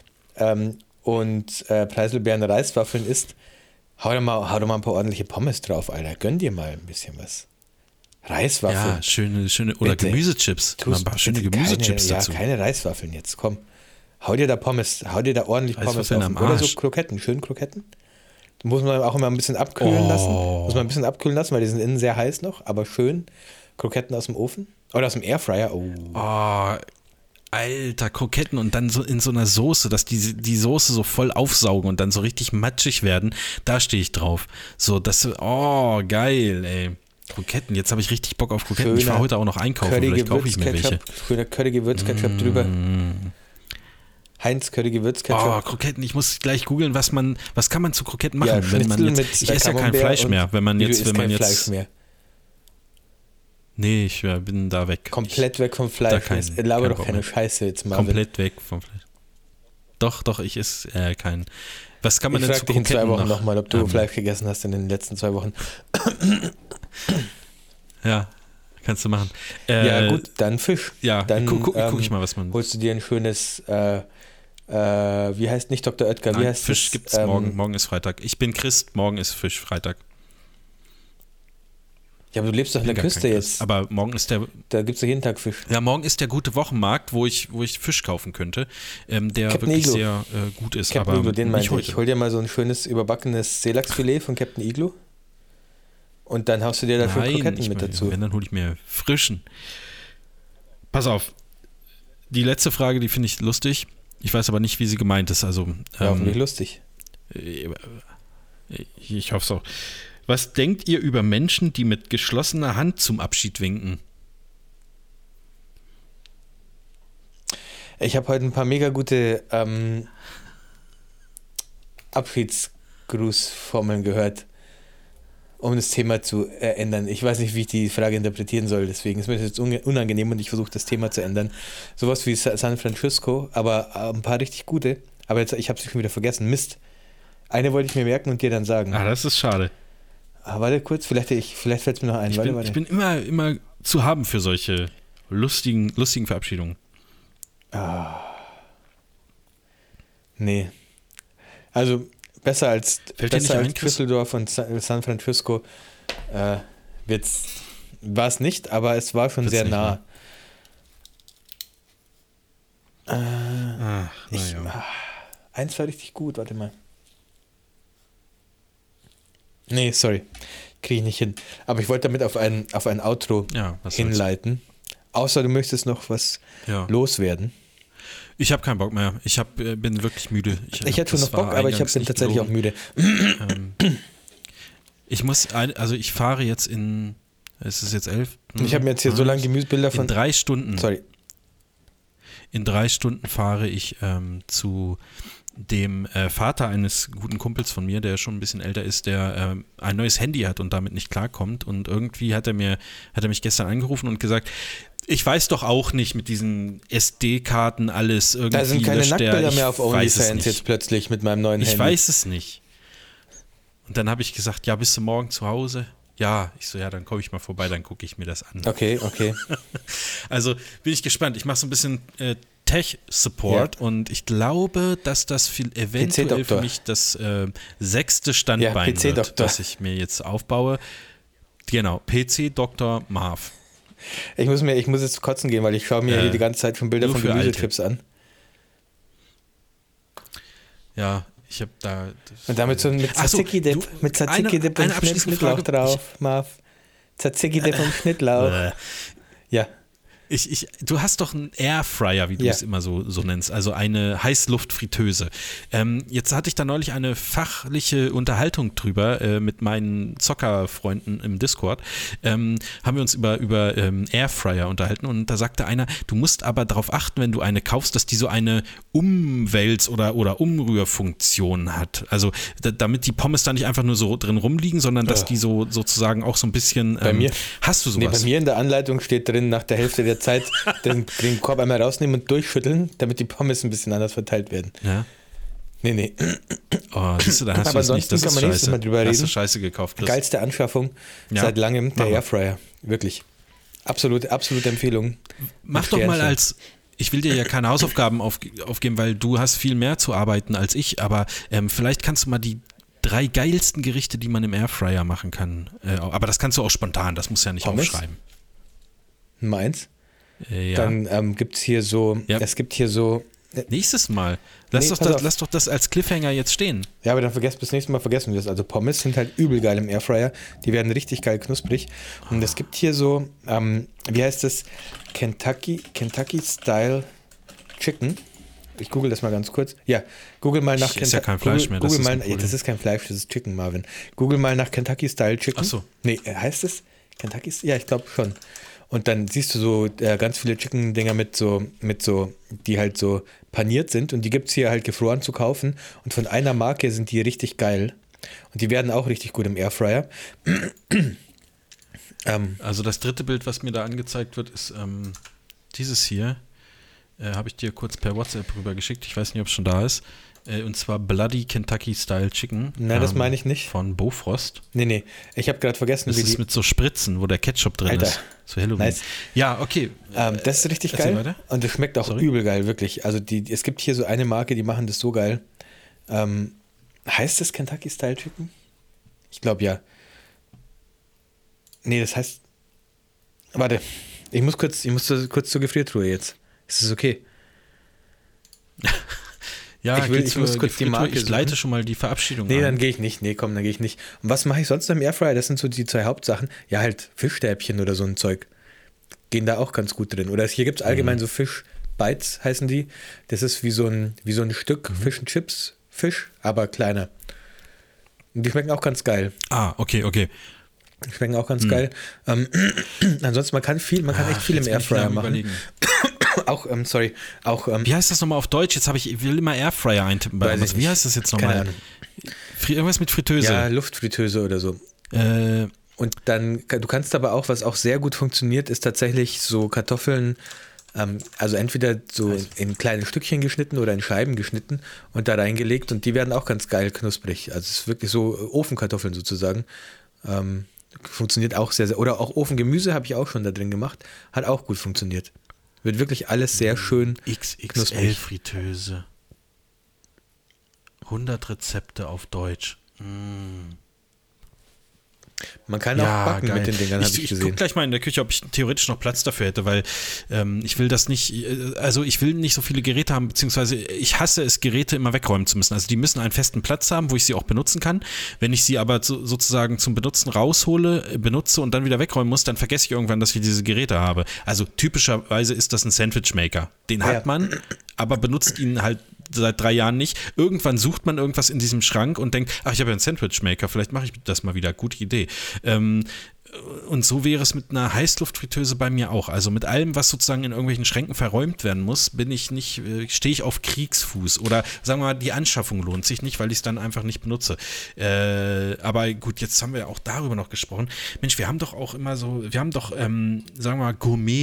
und Preiselbeeren Reiswaffeln isst, hau doch mal ein paar ordentliche Pommes drauf, Alter. Gönn dir mal ein bisschen was. Reiswaffeln. Ja, schöne oder bitte. Gemüsechips. Mal ein paar schöne Gemüsechips dazu. Ja, keine Reiswaffeln jetzt, komm. Hau dir da ordentlich Pommes drauf. Oder so Kroketten, schön Kroketten. Die muss man auch immer ein bisschen abkühlen lassen. Weil die sind innen sehr heiß noch, aber schön. Kroketten aus dem Ofen oder aus dem Airfryer. Oh, Alter, Kroketten und dann so in so einer Soße, dass die Soße so voll aufsaugen und dann so richtig matschig werden. Da stehe ich drauf. So, geil, ey. Kroketten, jetzt habe ich richtig Bock auf Kroketten. Ich fahre heute auch noch einkaufen, vielleicht kaufe ich mir welche. Schöner Curry-Gewürz-Ketchup drüber. Heinz Curry Gewürzketchup. Oh, Kroketten, ich muss gleich googeln, was kann man zu Kroketten machen, ja, wenn man jetzt, ich esse ja kein Fleisch mehr, wenn man jetzt Fleisch mehr. Nee, ich bin da weg. Komplett weg vom Fleisch. Laber doch keine Scheiße jetzt mal. Komplett weg vom Fleisch. Doch, ich esse keinen. Was kann man denn zu Kroketten Ich frage dich in 2 Wochen nochmal, ob du Fleisch gegessen hast in den letzten 2 Wochen. Ja, kannst du machen. Ja gut, dann Fisch. Ja, dann guck ich mal, was man... Holst du dir ein schönes... wie heißt nicht Dr. Oetker, wie heißt Fisch gibt's morgen. Morgen ist Freitag. Ich bin Christ, morgen ist Fischfreitag. Ja, aber du lebst doch an der Küste jetzt. Aber morgen ist der... Da gibt es ja jeden Tag Fisch. Ja, morgen ist der gute Wochenmarkt, wo ich Fisch kaufen könnte, der Captain wirklich Iglo. sehr gut ist. Captain aber Iglo, den nicht heute. Ich hol dir mal so ein schönes überbackenes Seelachsfilet von Captain Iglo und dann haust du dir da schon Kroketten mit dazu. Wenn, dann hole ich mir frischen. Pass auf. Die letzte Frage, die finde ich lustig. Ich weiß aber nicht, wie sie gemeint ist. Also, hoffentlich lustig. Ich hoffe es auch. Was denkt ihr über Menschen, die mit geschlossener Hand zum Abschied winken? Ich habe heute ein paar mega gute Abschiedsgrußformeln gehört, um das Thema zu ändern. Ich weiß nicht, wie ich die Frage interpretieren soll, deswegen ist mir das jetzt unangenehm und ich versuche das Thema zu ändern. Sowas wie San Francisco, aber ein paar richtig gute. Aber jetzt, ich habe sie schon wieder vergessen. Mist. Eine wollte ich mir merken und dir dann sagen. Das ist schade. Warte kurz, vielleicht fällt es mir noch ein. Ich bin immer zu haben für solche lustigen Verabschiedungen. Nee. Also besser als Düsseldorf und San Francisco war es nicht, aber es war schon sehr nah. Eins war richtig gut, warte mal. Nee, sorry. Kriege ich nicht hin. Aber ich wollte damit auf ein Outro hinleiten. Außer du möchtest noch was loswerden. Ich habe keinen Bock mehr. Bin wirklich müde. Ich hätte schon noch Bock, aber ich bin tatsächlich auch müde. Ich fahre jetzt es ist jetzt 11. Ich habe mir jetzt hier so lange Gemüsebilder von... In 3 Stunden. Sorry. In 3 Stunden fahre ich zu dem Vater eines guten Kumpels von mir, der schon ein bisschen älter ist, der ein neues Handy hat und damit nicht klarkommt. Und irgendwie hat er mich gestern angerufen und gesagt, ich weiß doch auch nicht mit diesen SD-Karten alles irgendwie. Da sind keine Nacktbilder mehr auf OnlyFans jetzt plötzlich mit meinem neuen Handy. Ich weiß es nicht. Und dann habe ich gesagt, ja, bist du morgen zu Hause? Ja, ich so, ja, dann komme ich mal vorbei, dann gucke ich mir das an. Okay. Also bin ich gespannt. Ich mache so ein bisschen Tech-Support und ich glaube, dass das eventuell für mich das 6. Standbein wird, das ich mir jetzt aufbaue. Genau, PC Dr. Marv. Ich muss jetzt kotzen gehen, weil ich schaue mir hier die ganze Zeit schon Bilder von Gemüsechips an. Ja, ich habe da... Und damit so mit Tzatziki-Dip und Schnittlauch drauf, Marv. Tzatziki vom Schnittlauch. Ja. Du hast doch einen Airfryer, wie du es immer so nennst, also eine Heißluftfritteuse. Jetzt hatte ich da neulich eine fachliche Unterhaltung drüber mit meinen Zockerfreunden im Discord. Haben wir uns über Airfryer unterhalten und da sagte einer, du musst aber darauf achten, wenn du eine kaufst, dass die so eine Umwälz- oder Umrührfunktion hat. Also damit die Pommes da nicht einfach nur so drin rumliegen, sondern dass die so sozusagen auch so ein bisschen... Bei mir, hast du sowas? Bei mir in der Anleitung steht drin, nach der Hälfte der Zeit den Korb einmal rausnehmen und durchschütteln, damit die Pommes ein bisschen anders verteilt werden. Ja. Nee. Oh, siehst du, da hast aber du nicht. Das kann ist man nächstes scheiße. Mal drüber reden. Hast du Scheiße gekauft, Chris. Geilste Anschaffung seit langem, der Airfryer. Wirklich. Absolute Empfehlung. Mach doch mal ich will dir ja keine Hausaufgaben aufgeben, weil du hast viel mehr zu arbeiten als ich, aber vielleicht kannst du mal die 3 geilsten Gerichte, die man im Airfryer machen kann. Aber das kannst du auch spontan, das musst du ja nicht aufschreiben. Meins? Ja. Dann gibt es hier so, es gibt hier so... Nächstes Mal. Lass doch das als Cliffhanger jetzt stehen. Ja, aber dann bis nächstes Mal vergessen wir es. Also Pommes sind halt übel geil im Airfryer. Die werden richtig geil knusprig. Und es gibt hier so, wie heißt das? Kentucky Style Chicken. Ich google das mal ganz kurz. Ja, google mal nach Kentucky. Ist ja kein Fleisch mehr. Das ist kein Fleisch, das ist Chicken, Marvin. Google mal nach Kentucky Style Chicken. Ach so. Nee, heißt es Kentucky? Ja, ich glaube schon. Und dann siehst du so ganz viele Chicken-Dinger mit so, die halt so paniert sind. Und die gibt es hier halt gefroren zu kaufen. Und von einer Marke sind die richtig geil. Und die werden auch richtig gut im Airfryer. Also das dritte Bild, was mir da angezeigt wird, ist dieses hier. Habe ich dir kurz per WhatsApp rübergeschickt. Ich weiß nicht, ob es schon da ist. Und zwar Bloody Kentucky Style Chicken. Nein, das meine ich nicht. Von Bofrost. Nee. Ich habe gerade vergessen, das ist mit so Spritzen, wo der Ketchup drin ist. So Halloween. Nice. Ja, okay. Das ist richtig geil. Weiter. Und das schmeckt auch übel geil, wirklich. Also es gibt hier so eine Marke, die machen das so geil. Heißt das Kentucky Style Chicken? Ich glaube ja. Nee, das heißt... Warte, ich muss kurz zur Gefriertruhe jetzt. Ist das okay? Ja, ich muss kurz die Marke Ich leite schon mal die Verabschiedung an. Dann gehe ich nicht. Nee, komm, dann gehe ich nicht. Und was mache ich sonst im Airfryer? Das sind so die 2 Hauptsachen. Ja, halt Fischstäbchen oder so ein Zeug. Gehen da auch ganz gut drin. Oder hier gibt es allgemein so Fischbites, heißen die. Das ist wie so ein Stück Fish and Chips Fisch, aber kleiner. Und die schmecken auch ganz geil. Ah, okay. Die schmecken auch ganz geil. Ansonsten, man kann echt viel im Airfryer machen. Wie heißt das nochmal auf Deutsch? Ich will immer Airfryer eintippen bei uns. Wie heißt das jetzt nochmal? Keine Ahnung. Irgendwas mit Fritteuse. Ja, Luftfritteuse oder so. Und dann, du kannst aber auch, was auch sehr gut funktioniert, ist tatsächlich so Kartoffeln, also entweder so in kleine Stückchen geschnitten oder in Scheiben geschnitten und da reingelegt und die werden auch ganz geil knusprig. Also es ist wirklich so Ofenkartoffeln sozusagen. Funktioniert auch sehr, sehr. Oder auch Ofengemüse habe ich auch schon da drin gemacht. Hat auch gut funktioniert. Wird wirklich alles sehr schön XXL Fritteuse. 100 Rezepte auf Deutsch. Man kann auch backen geil. Mit den Dingern, habe ich gesehen. Ich gucke gleich mal in der Küche, ob ich theoretisch noch Platz dafür hätte, weil ich will das nicht, also ich will nicht so viele Geräte haben, beziehungsweise ich hasse es, Geräte immer wegräumen zu müssen. Also die müssen einen festen Platz haben, wo ich sie auch benutzen kann. Wenn ich sie aber sozusagen zum Benutzen raushole, benutze und dann wieder wegräumen muss, dann vergesse ich irgendwann, dass ich diese Geräte habe. Also typischerweise ist das ein Sandwichmaker. Den hat man, aber benutzt ihn halt seit 3 Jahren nicht. Irgendwann sucht man irgendwas in diesem Schrank und denkt, ach, ich habe ja einen Sandwichmaker, vielleicht mache ich das mal wieder. Gute Idee. Und so wäre es mit einer Heißluftfritteuse bei mir auch. Also mit allem, was sozusagen in irgendwelchen Schränken verräumt werden muss, stehe ich auf Kriegsfuß. Oder sagen wir mal, die Anschaffung lohnt sich nicht, weil ich es dann einfach nicht benutze. Aber gut, jetzt haben wir ja auch darüber noch gesprochen. Mensch, wir haben doch auch immer so, sagen wir mal,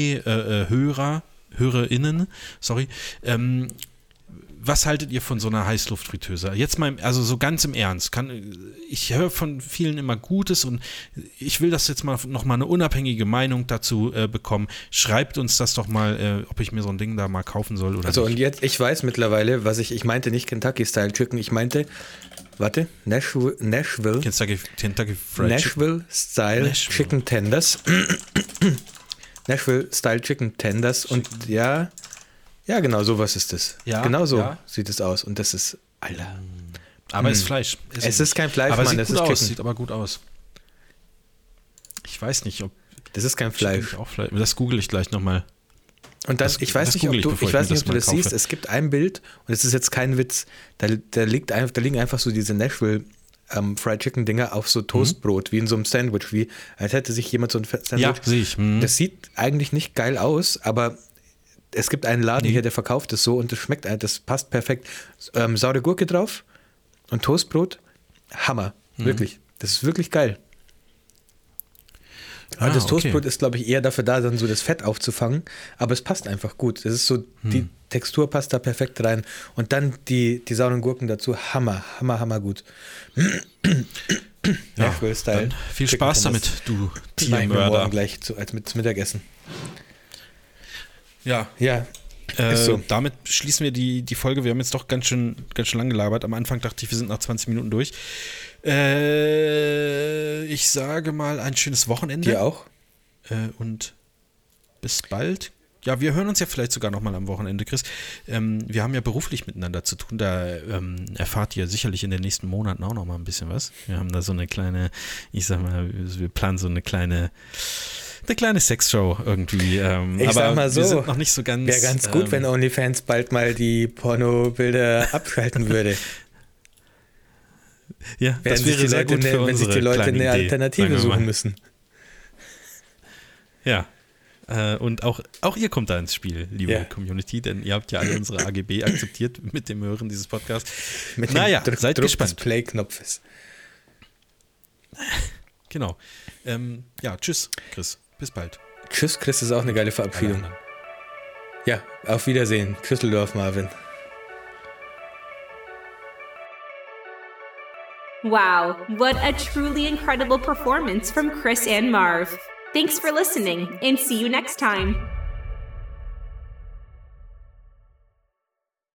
HörerInnen, sorry, was haltet ihr von so einer Heißluftfritteuse? Jetzt mal, also so ganz im Ernst. Ich höre von vielen immer Gutes und ich will das jetzt mal nochmal eine unabhängige Meinung dazu bekommen. Schreibt uns das doch mal, ob ich mir so ein Ding da mal kaufen soll oder nicht. Also und jetzt, ich weiß mittlerweile, ich meinte nicht Kentucky Style Chicken, ich meinte, Nashville Style Chicken Tenders. Nashville Style Chicken Tenders und ja, genau, sowas ist es. Ja, genau so sieht es aus. Und das ist, Alter. Aber es ist Fleisch. Es ist kein Fleisch, aber Mann. Sieht aber gut aus. Ich weiß nicht, ob... Das ist kein Fleisch. Auch Fleisch. Das google ich gleich nochmal. Und dann, ich weiß nicht, ob du das siehst, es gibt ein Bild, und es ist jetzt kein Witz, da liegen einfach so diese Nashville Fried Chicken Dinger auf so Toastbrot, wie in so einem Sandwich, wie als hätte sich jemand so ein Sandwich. Ja, sehe ich. Das sieht eigentlich nicht geil aus, aber es gibt einen Laden hier, der verkauft es so und das schmeckt, das passt perfekt. Saure Gurke drauf und Toastbrot, Hammer, wirklich. Das ist wirklich geil. Das Toastbrot ist, glaube ich, eher dafür da, dann so das Fett aufzufangen, aber es passt einfach gut. Das ist so, die Textur passt da perfekt rein. Und dann die sauren Gurken dazu, hammer gut. Ja, dann viel Spaß damit, du Tiermörder. Morgen gleich als mit Mittagessen. Ja. Ist so. Damit schließen wir die Folge. Wir haben jetzt doch ganz schön lang gelabert. Am Anfang dachte ich, wir sind nach 20 Minuten durch. Ich sage mal ein schönes Wochenende. Dir auch. Und bis bald. Ja, wir hören uns ja vielleicht sogar nochmal am Wochenende, Chris. Wir haben ja beruflich miteinander zu tun. Da erfahrt ihr sicherlich in den nächsten Monaten auch nochmal ein bisschen was. Wir haben da so eine kleine, wir planen so eine kleine Sexshow irgendwie. Ich sag mal so, wir sind noch nicht so ganz... Wäre ganz gut, wenn OnlyFans bald mal die Pornobilder abschalten würde. Ja, das wäre sehr gut für unsere wenn sich die Leute eine Idee, Alternative suchen müssen. Ja. Und auch ihr kommt da ins Spiel, liebe Community, denn ihr habt ja alle unsere AGB akzeptiert mit dem Hören dieses Podcasts. Seid gespannt. Des Play-Knopfes. Genau. Tschüss, Chris. Bis bald. Tschüss, Chris, ist auch eine geile Verabschiedung. Ja, auf Wiedersehen. Küsseldorf, Marvin. Wow, what a truly incredible performance from Chris and Marv. Thanks for listening, and see you next time.